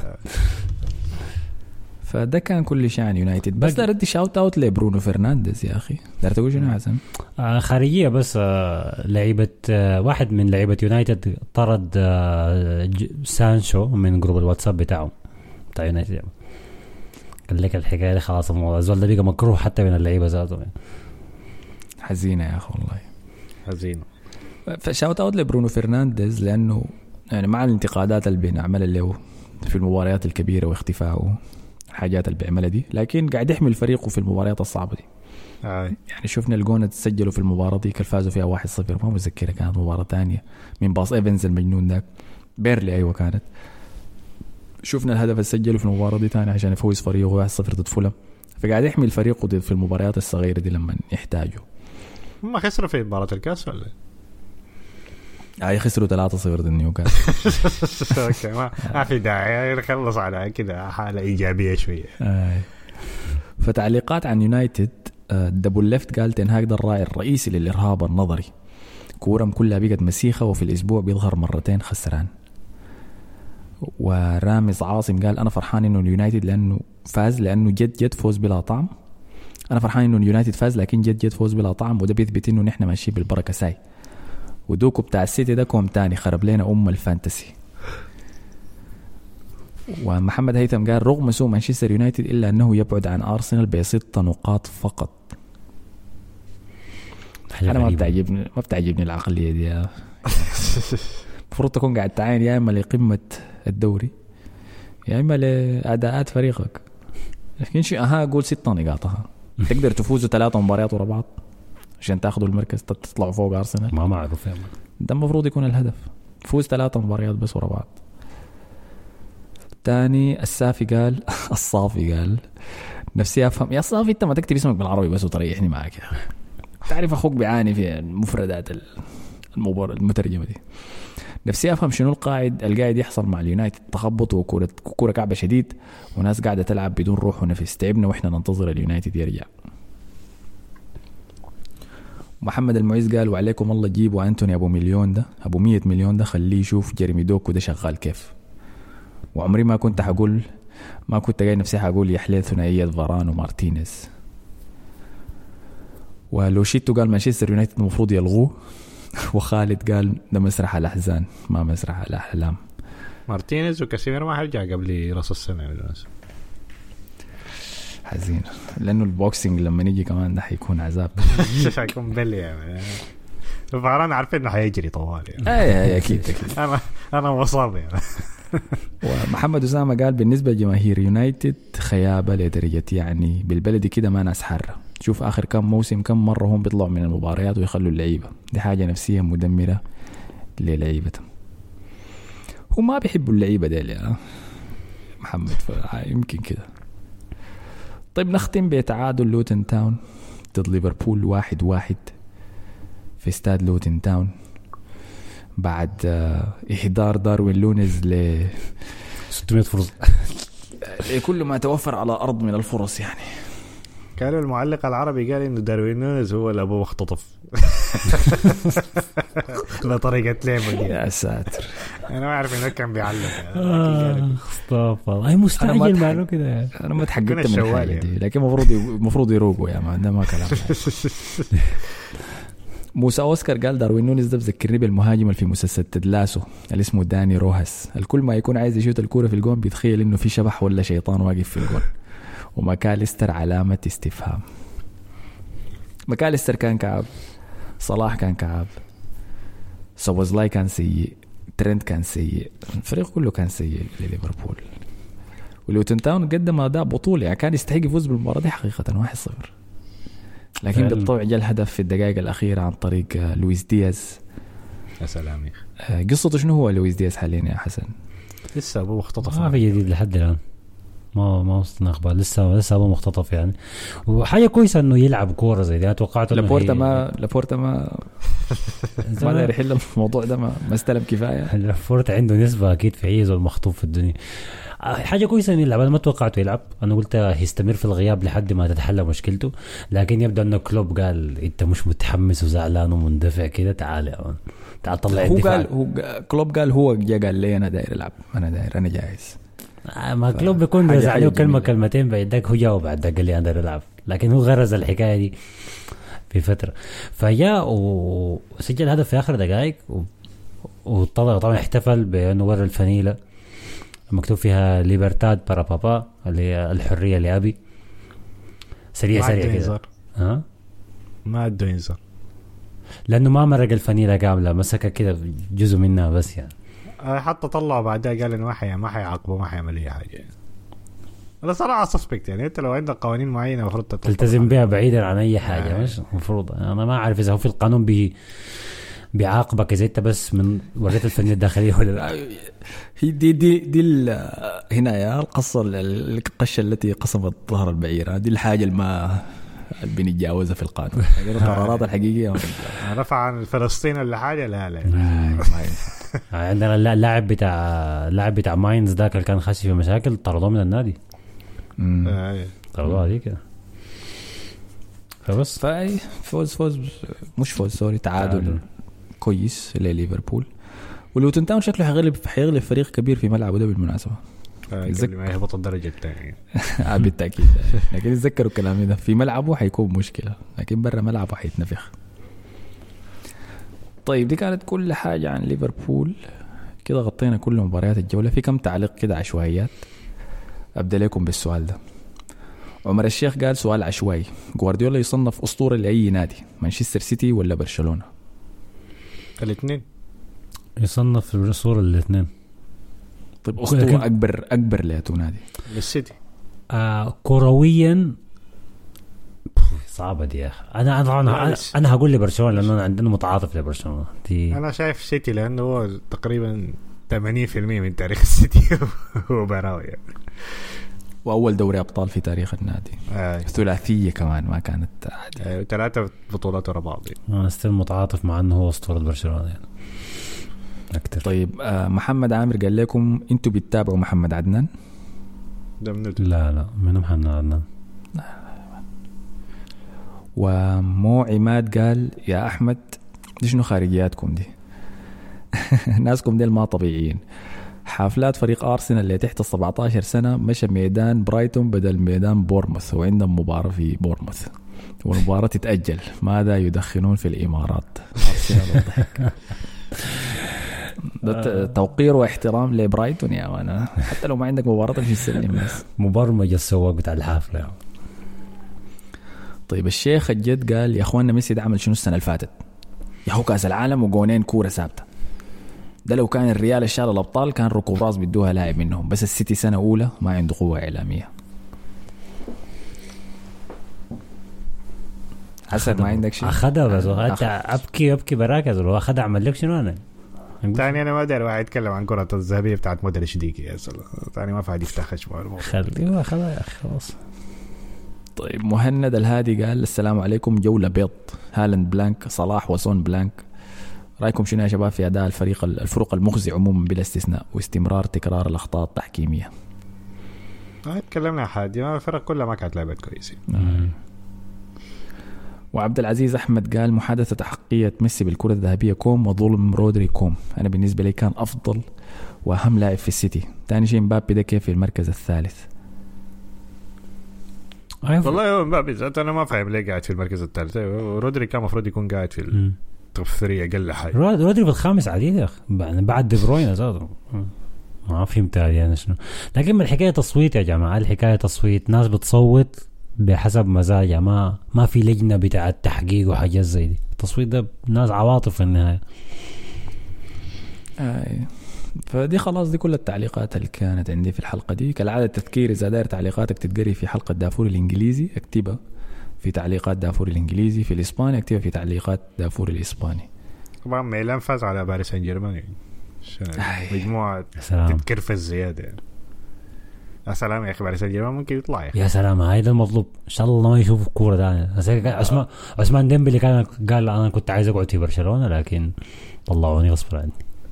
فده كان كل شيء عن يونايتد. بس دار ادي شاوت اوت لبرونو فرنانديز يا اخي. دار تقول شنو حسن؟ خارجية بس لعيبة واحد من لعيبة يونايتد طرد سانشو من جروب الواتساب بتاعه بتاع يونايتد. قال لك الحكايه دي خلاص الموضوع الزول ده بقى مكروه حتى من اللعيبه ذاتهم. حزينه يا اخي والله حزينه. فشاوت اوت لبرونو فرنانديز لانه يعني مع الانتقادات اللي بنعملها له في المباريات الكبيره واختفائه الحاجات اللي بيعملها دي. لكن قاعد يحمل فريقه في المباريات الصعبه دي. يعني شفنا الجون تسجلوا في المباراه دي فازوا فيها 1-0. ما متذكره كانت مباراه تانية من باص ايفنز المجنون ذاك بيرلي. ايوه كانت. شفنا الهدف اللي سجله في المباراة دي تاني عشان يفوز فريقه 1-0 ضد فولهام. فقاعد يحمل فريقه في المباريات الصغيرة دي لما يحتاجوا. هم خسروا في مباراة الكاس ولا؟ خسروا 3-0 ضد نيوكاسل. اوكي ما في داعي نخلص على كده حالة إيجابية شوية. فتعليقات عن يونايتد. دبل ليفت قال تنهاج ده الراعي الرئيسي للإرهاب النظري. كورم كلها بقت مسيخة وفي الأسبوع بيظهر مرتين خسران. ورامز عاصم قال أنا فرحان إنه اليونايتد لأنه فاز لأنه جد فوز بلا طعم. أنا فرحان إنه اليونايتد فاز لكن جد فوز بلا طعم وده بيثبت إنه نحن ماشيين بالبركة ساي. ودوكو بتاع السيتي ده كوم تاني خرب لنا الفانتسي. ومحمد هيثم قال رغم سوء مانشستر يونايتد إلا أنه يبعد عن أرسنال ب6 نقاط فقط. أنا ما بتعجبني العقلية دي. المفروض تكون قاعد تعاين يا إما لقمة الدوري يا إما لأداءات فريقك. لكن شيء قول 6 نقاطها تقدر تفوزوا 3 مباريات ورا بعض عشان تاخذوا المركز تطلعوا فوق أرسنال. ما معروف يعني. ده المفروض يكون الهدف. فوز 3 مباريات بس ورا بعض. تاني الصافي قال نفسي أفهم يا صافي أنت ما تكتب اسمك بالعربي بس وتريحني معك يا أخي. تعرف أخوك بيعاني في المفردات المترجمة دي. نفسي أفهم شنو القاعد يحصل مع اليونايتد. تخبط وكورة كعبة شديد وناس قاعدة تلعب بدون روح ونفس. تعبنا وإحنا ننتظر اليونايتد يرجع. محمد المعيز قال وعليكم الله جيبوا أنتوني أبو 100 مليون ده خليه يشوف جيرمي دوكو ده شغال كيف. وعمري ما كنت جاي نفسي حقول يحلي ثنائية فاران ومارتينيز. ولوشيتو قال مانشستر يونايتد المفروض يلغوه. وخالد قال ده مسرح الأحزان ما مسرح الأحلام. مارتينيز وكاسيميرو ما هيرجع قبل راس السنة. حزين لأنه البوكسينج لما نيجي كمان ده حيكون عذاب. حيكون بلي يعني. فاران عارفين إنه حيجري طوال يعني. أي أكيد. أنا مصاب يعني. ومحمد أسامة قال بالنسبة لجماهير يونايتد خيابة لدرجة يعني بالبلدي كده ما ناس حارة. شوف آخر كم موسم كم مرة هم بيطلعوا من المباريات ويخلوا اللعيبة. دي حاجة نفسية مدمرة للعيبة. هم ما بيحبوا اللعيبة دي يا محمد. يمكن كده. طيب نختم بتعادل لوتن تاون ضد ليفربول 1-1. في استاد لوتن تاون بعد إهدار داروين لونيز 600 فرصة كل ما توفر على أرض من الفرص يعني. كان المعلق العربي قال إنه داروين نونيز هو اللي أبوه مختطف بطريقة لعبه. يا ساتر أنا ما أعرف إنه كان بيعلق. استغفر أي مستعجل معلو كده يعني. أنا ما تحققت من الحاجة دي لكن مفروض يروقوا يا مان ده ما كلام. موسى أوسكار قال داروين نونيز ده بذكرني بالمهاجم اللي في مسلسل تدلاسو اللي اسمه داني روهاس. الكل ما يكون عايز يشوت الكورة في الجون بيتخيل إنه في شبح ولا شيطان واقف في الجون. وماكاليستر علامة استفهام. ماكاليستر كان كعب، صلاح كان كعب، سوبوزلاي كان سيء، ترينت كان سيء، الفريق كله كان سيء لليفربول. ولوتن تاون قدم أداء بطولة يعني كان يستحق يفوز بالمباراة دي حقيقة 1-0 لكن بالطبع جاء الهدف في الدقائق الأخيرة عن طريق لويس دياز. يا سلام يا أخي. قصته شنو هو لويس دياز حاليا يا حسن؟ لسه أبوه مختطف. ما في جديد لحد الآن. ما وصلنا أخبار لسه أبوه مختطف يعني. وحاجة كويسة إنه يلعب كورة زي دي. توقعت إنه لابورتا ما داير يحل الموضوع ده ما استلم كفاية. لابورتا عنده نسبة أكيد في عيزه المخطوف في الدنيا. حاجة كويسة إنه يلعب. أنا ما توقعته يلعب. أنا قلت هيستمر في الغياب لحد ما تتحل مشكلته لكن يبدو إنه كلوب قال أنت مش متحمس وزعلان ومندفع كده تعال طلع الدفاع. هو كلوب قال جا قال لي أنا داير ألعب أنا جاهز. ما كلوب بيكون رزع عليه كلمتين بعدك هو جاوب بعدك قال لي أنا داير ألعب لكن هو غرز الحكاية دي في فترة فجاء وسجل هدف في آخر دقائق طبعا احتفل بأنه ورى الفانيلة مكتوب فيها ليبرتاد بارا بابا اللي هي الحرية لأبي. سريع كده ما ادو ينزل لأنه ما مرق الفانيلة كاملة مسكها كده جزء منها بس يعني حتى طلع بعدها قال إنه ما حيعاقبه ما حيعمل أي حاجة. أنا صراحة سسبكت يعني أنت لو عندك قوانين معينة المفروض تلتزم بها بعيدا عن أي حاجة مش مفروض. أنا ما أعرف إذا هو في القانون بيعاقبك إذا أنت بس من وريت الفنية الداخلية ولا لا. هي دي هنا يا القشة التي قصمت ظهر البعير دي الحاجة اللي بنتجاوزها في القانون. القرارات الحقيقية رفع عن فلسطين ولا حاجة لا عندنا اللاعب بتاع ماينز ذاك اللي كان خاشي في مشاكل طردوه من النادي. طردوه هذيك فبس فوز مش فوز سوري تعادل كويس لليفربول. ولوتن تاون شكله حيغلب فريق كبير في ملعبه ده بالمناسبة. قبل ما يهبط الدرجة الثانية. بالتأكيد لكن يتذكروا كلامي ده في ملعبه حيكون مشكلة لكن برا ملعبه حيتنفخ. طيب دي كانت كل حاجة عن ليفربول كده غطينا كل مباريات الجولة. في كم تعليق كده عشوائيات. أبدأ لكم بالسؤال ده. عمر الشيخ قال سؤال عشوائي غوارديولا يصنف أسطورة لأي نادي مانشستر سيتي ولا برشلونة؟ الاثنين يصنف الأسطورة الاثنين. طيب أسطورة أكبر لأتو نادي للسيتي. كرويا صعبة دي يا أخي. أنا هقول لبرشلونة لأنه عندنا متعاطف لبرشلونة. أنا شايف سيتي لأنه هو تقريبا 80% من تاريخ السيتي هو براوي يعني. وأول دوري أبطال في تاريخ النادي. ثلاثية كمان ما كانت عادية. 3 بطولات ورا بعض. أنا استلم متعاطف مع أنه هو أسطورة برشلونة يعني أكتر. طيب محمد عامر قال لكم أنتوا بتتابعوا محمد عدنان؟ لا من محمد عدنان. ومو عماد قال يا أحمد دي شنو خارجياتكم دي؟ ناسكم دي ما طبيعيين. حافلات فريق أرسنال اللي تحت 17 سنة مشى ميدان برايتون بدل ميدان بورموث وعندهم مباراة في بورموث والمباراة تتأجل. ماذا يدخنون في الإمارات؟ توقير واحترام لبرايتون يا وانا حتى لو ما عندك مباراة في السلم بس مبرمج السواق بتاع الحافلة. طيب الشيخ الجد قال يا اخوانا ميسي ده عمل شنو السنة اللي فاتت؟ يا هو كاس العالم وجونين كورة ثابتة. ده لو كان الريال الشال الأبطال كان ركوب راس بدوها لاعب منهم بس السيتي سنة أولى ما عنده قوة إعلامية. حسن ما عندك شيء أخدها بس أبكي براكز لو أخدها عمل لك شنو أنا تاني أنا ما أدري واحد يتكلم عن كرة الذهبية بتاعت مودريتش ديكي يا سلام تاني ما فعل يفتح خشمه خليه خلاص يا أخي خلاص. طيب مهند الهادي قال السلام عليكم، جولة بيض، هالاند بلانك، صلاح وسون بلانك. رأيكم شنو يا شباب في أداء الفرق المخزي عموما بلا استثناء واستمرار تكرار الأخطاء التحكيمية؟ تكلمنا حادي، الفرق كلها ما كانت لعبت كويسة. وعبد العزيز أحمد قال محادثة حقية ميسي بالكرة الذهبية كوم وظلم رودري كوم. أنا بالنسبة لي كان أفضل وأهم لاعب في السيتي. تاني شيء مبابي ده كيف في المركز الثالث؟ والله هو مبابي ذات أنا ما فاهم ليه قاعد في المركز الثالث. رودري كان مفروض يكون قاعد في التوب 3 أقل حاجة. رودري بالخامس عديد يا أخي بعد دي بروين أساسا. ما فهمت يعني شنو. لكن من الحكاية تصويت يا جماعة، الحكاية تصويت، ناس بتصوت بحسب مزاجها، ما في لجنة بتاعة تحقيق وحاجات زي دي. التصويت ده ناس عواطف في النهاية. فدي خلاص دي كل التعليقات اللي كانت عندي في الحلقة دي. كالعادة تذكير إذا داير تعليقاتك تتقري في حلقة دافور الإنجليزي اكتبها في تعليقات دافور الإنجليزي، في الإسباني اكتبها في تعليقات دافور الإسباني. طبعا ميلان فاز على باريس سان جيرمان مجموعة تتكرفز زيادة يعني. يا سلام يا أخي، باريس سان جيرمان ممكن يطلع يا سلام. هذا المطلوب إن شاء الله ما يشوف الكورة ده. عثمان ديمبلي كان قال أنا كنت عايز أقعد في برشلونة لكن طلعوني غصب عني.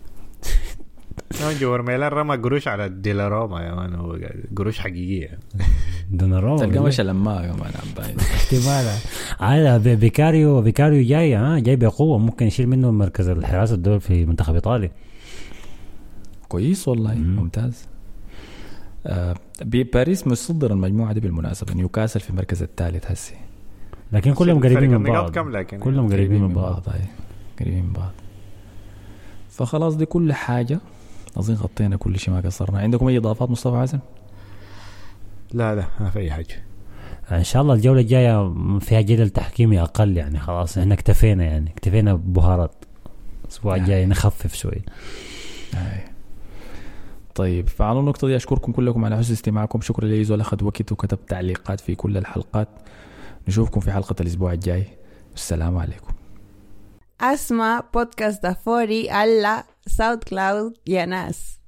جوار ميلان رمى قروش على ديلاروما يا مان، هو قروش حقيقية. ديلاروما تلقى مش لما يا مان عباين احتمال هذا بيكاريو جاي بقوة، ممكن يشيل منه مركز الحراسة الدول في منتخب إيطاليا. كويس والله. ممتاز. باريس مصدر المجموعة دي بالمناسبة، نيوكاسل في المركز الثالث هسي، لكن كلهم قريبين من بعض. كلهم قريبين من بعض. قريبين من بعض. فخلاص دي كل حاجة أظن غطينا كل شيء ما قصرنا. عندكم أي إضافات مصطفى حسن؟ لا ما في أي حاجة. إن شاء الله الجولة الجاية فيها جدل تحكيمي أقل يعني. خلاص إحنا اكتفينا ببهارات. الأسبوع الجاي نخفف شوي. طيب فعلى النقطة دي أشكركم كلكم على حسن استماعكم. شكرا لي زول أخذ وقت وكتب تعليقات في كل الحلقات. نشوفكم في حلقة الأسبوع الجاي. السلام عليكم. اسمع بودكاست دافوري على ساوند كلاود يا ناس.